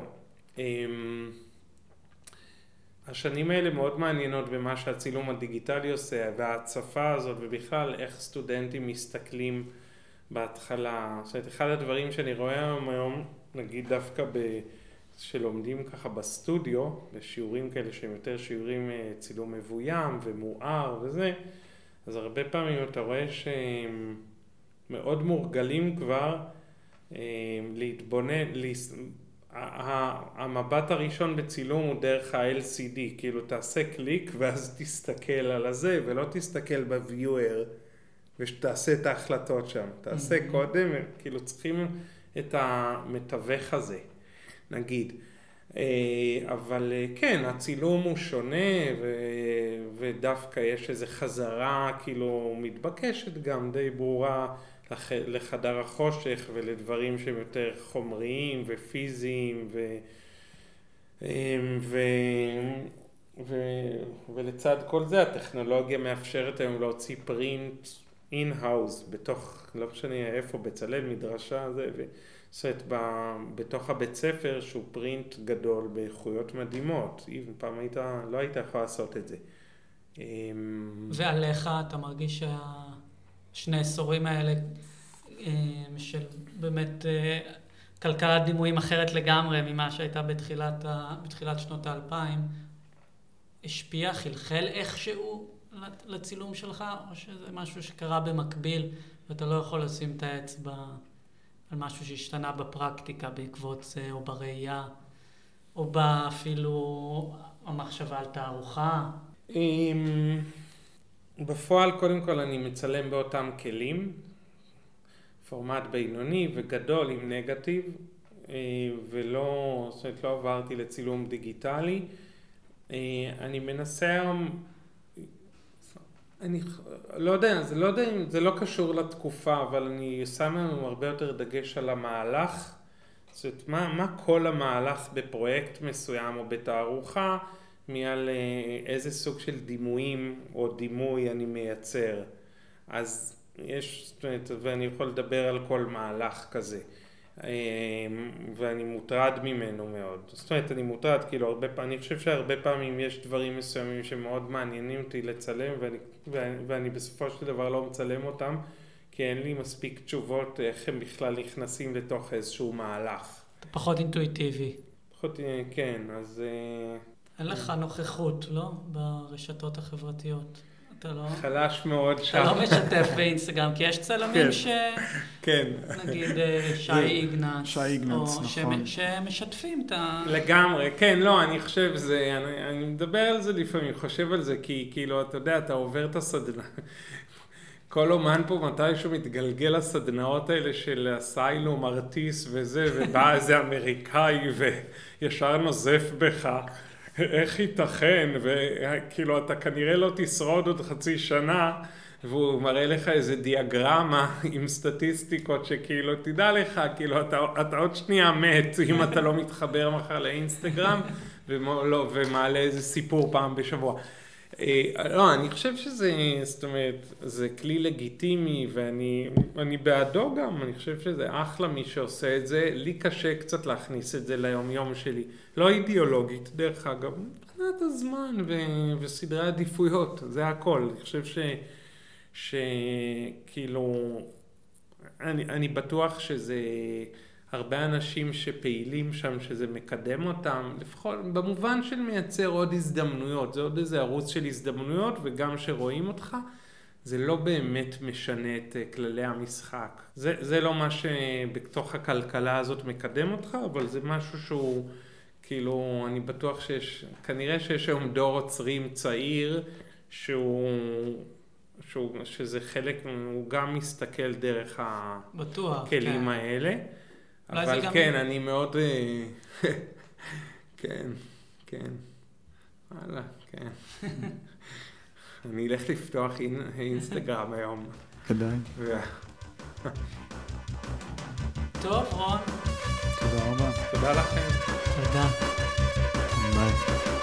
השנים האלה מאוד מעניינות במה שהצילום הדיגיטלי עושה, וההצפה הזאת, ובכלל איך סטודנטים מסתכלים בהתחלה. זאת אומרת, אחד הדברים שאני רואה היום, נגיד דווקא שלומדים ככה בסטודיו, בשיעורים כאלה שהם יותר שיעורים צילום מבוים ומואר וזה, אז הרבה פעמים אתה רואה שהם מאוד מורגלים כבר להתבונן, המבט הראשון בצילום הוא דרך ה-LCD, כאילו תעשה קליק ואז תסתכל על הזה ולא תסתכל בוויואר ושתעשה את ההחלטות שם, תעשה קודם, כאילו צריכים את המתווך הזה. נגיד, אבל כן, הצילום הוא שונה ודווקא יש איזו חזרה כאילו מתבקשת גם די ברורה לחדר החושך ולדברים שהם יותר חומריים ופיזיים ולצד כל זה, הטכנולוגיה מאפשרת היום להוציא פרינט אין-האוס, בתוך, לא משנה איפה, בצלאל, מדרשה, זאת בתוך הבית ספר, שהוא פרינט גדול באיכויות מדהימות. פעם לא היית יכול לעשות את זה. ועליך אתה מרגיש שהשני עשורים האלה, של באמת כלכלת דימויים אחרת לגמרי ממה שהייתה בתחילת שנות ה-2000, השפיע, חלחל איכשהו לצילום שלך, או שזה משהו שקרה במקביל, ואתה לא יכול לשים את האצבע על משהו שהשתנה בפרקטיקה בעקבות זה, או בראייה, או אפילו המחשבה על תערוכה? בפועל, קודם כל, אני מצלם באותם כלים, פורמט בינוני וגדול עם נגטיב, ולא, זאת אומרת, לא עברתי לצילום דיגיטלי. אני מנסה, אני לא יודע, זה לא קשור לתקופה, אבל אני שם לנו הרבה יותר דגש על המהלך. זאת אומרת, מה כל המהלך בפרויקט מסוים או בתערוכה, מעל איזה סוג של דימויים או דימוי אני מייצר. אז יש, זאת אומרת, ואני יכול לדבר על כל מהלך כזה. ואני מוטרד ממנו מאוד. זאת אומרת, אני מוטרד, כאילו, אני חושב שהרבה פעמים יש דברים מסוימים שמאוד מעניינים אותי לצלם, ואני בסופו של דבר לא מצלם אותם, כי אין לי מספיק תשובות איך הם בכלל נכנסים לתוך איזשהו מהלך. אתה פחות אינטואיטיבי. פחות, כן, אז... אין לך נוכחות, לא? ברשתות החברתיות. אתה לא... חלש מאוד שם. אתה לא משתף באינסטגרם, כי יש צלמים כן. נגיד שי איגנץ, נכון. שמשתפים את ה... לגמרי, כן, לא, אני חושב זה, אני מדבר על זה לפעמים, חושב על זה, כי כאילו, אתה יודע, אתה עובר את הסדנה. כל אומן פה מתישהו מתגלגל לסדנאות האלה של אסיילום, ארטיס וזה, ובא איזה אמריקאי וישר נוזף בך. איך ייתכן, וכאילו אתה כנראה לא תשרוד עוד חצי שנה, והוא מראה לך איזה דיאגרמה עם סטטיסטיקות שכאילו תדע לך, כאילו אתה עוד שנייה מת אם אתה לא מתחבר מחר לאינסטגרם, ומעלה איזה סיפור פעם בשבוע. לא, אני חושב שזה, זאת אומרת, זה כלי לגיטימי, ואני בעדו גם, אני חושב שזה אחלה מי שעושה את זה, לי קשה קצת להכניס את זה ליום יום שלי, לא אידיאולוגית, דרך אגב, מבחינת הזמן וסדרי עדיפויות, זה הכל, אני חושב שכאילו, אני בטוח שזה... הרבה אנשים שפעילים שם, שזה מקדם אותם, לפחות במובן של מייצר עוד הזדמנויות, זה עוד איזה ערוץ של הזדמנויות, וגם שרואים אותך, זה לא באמת משנה את כללי המשחק. זה לא מה שבתוך הכלכלה הזאת מקדם אותך, אבל זה משהו שהוא, כאילו, אני בטוח כנראה שיש היום דור עוצרים צעיר, שזה חלק, הוא גם מסתכל דרך הכלים האלה. אבל כן, אני מאוד... כן. וואלה, כן. אני אלך לפתוח אינסטגרם היום. כדאי. טוב, רון. תודה רבה. תודה לכם. תודה. ביי.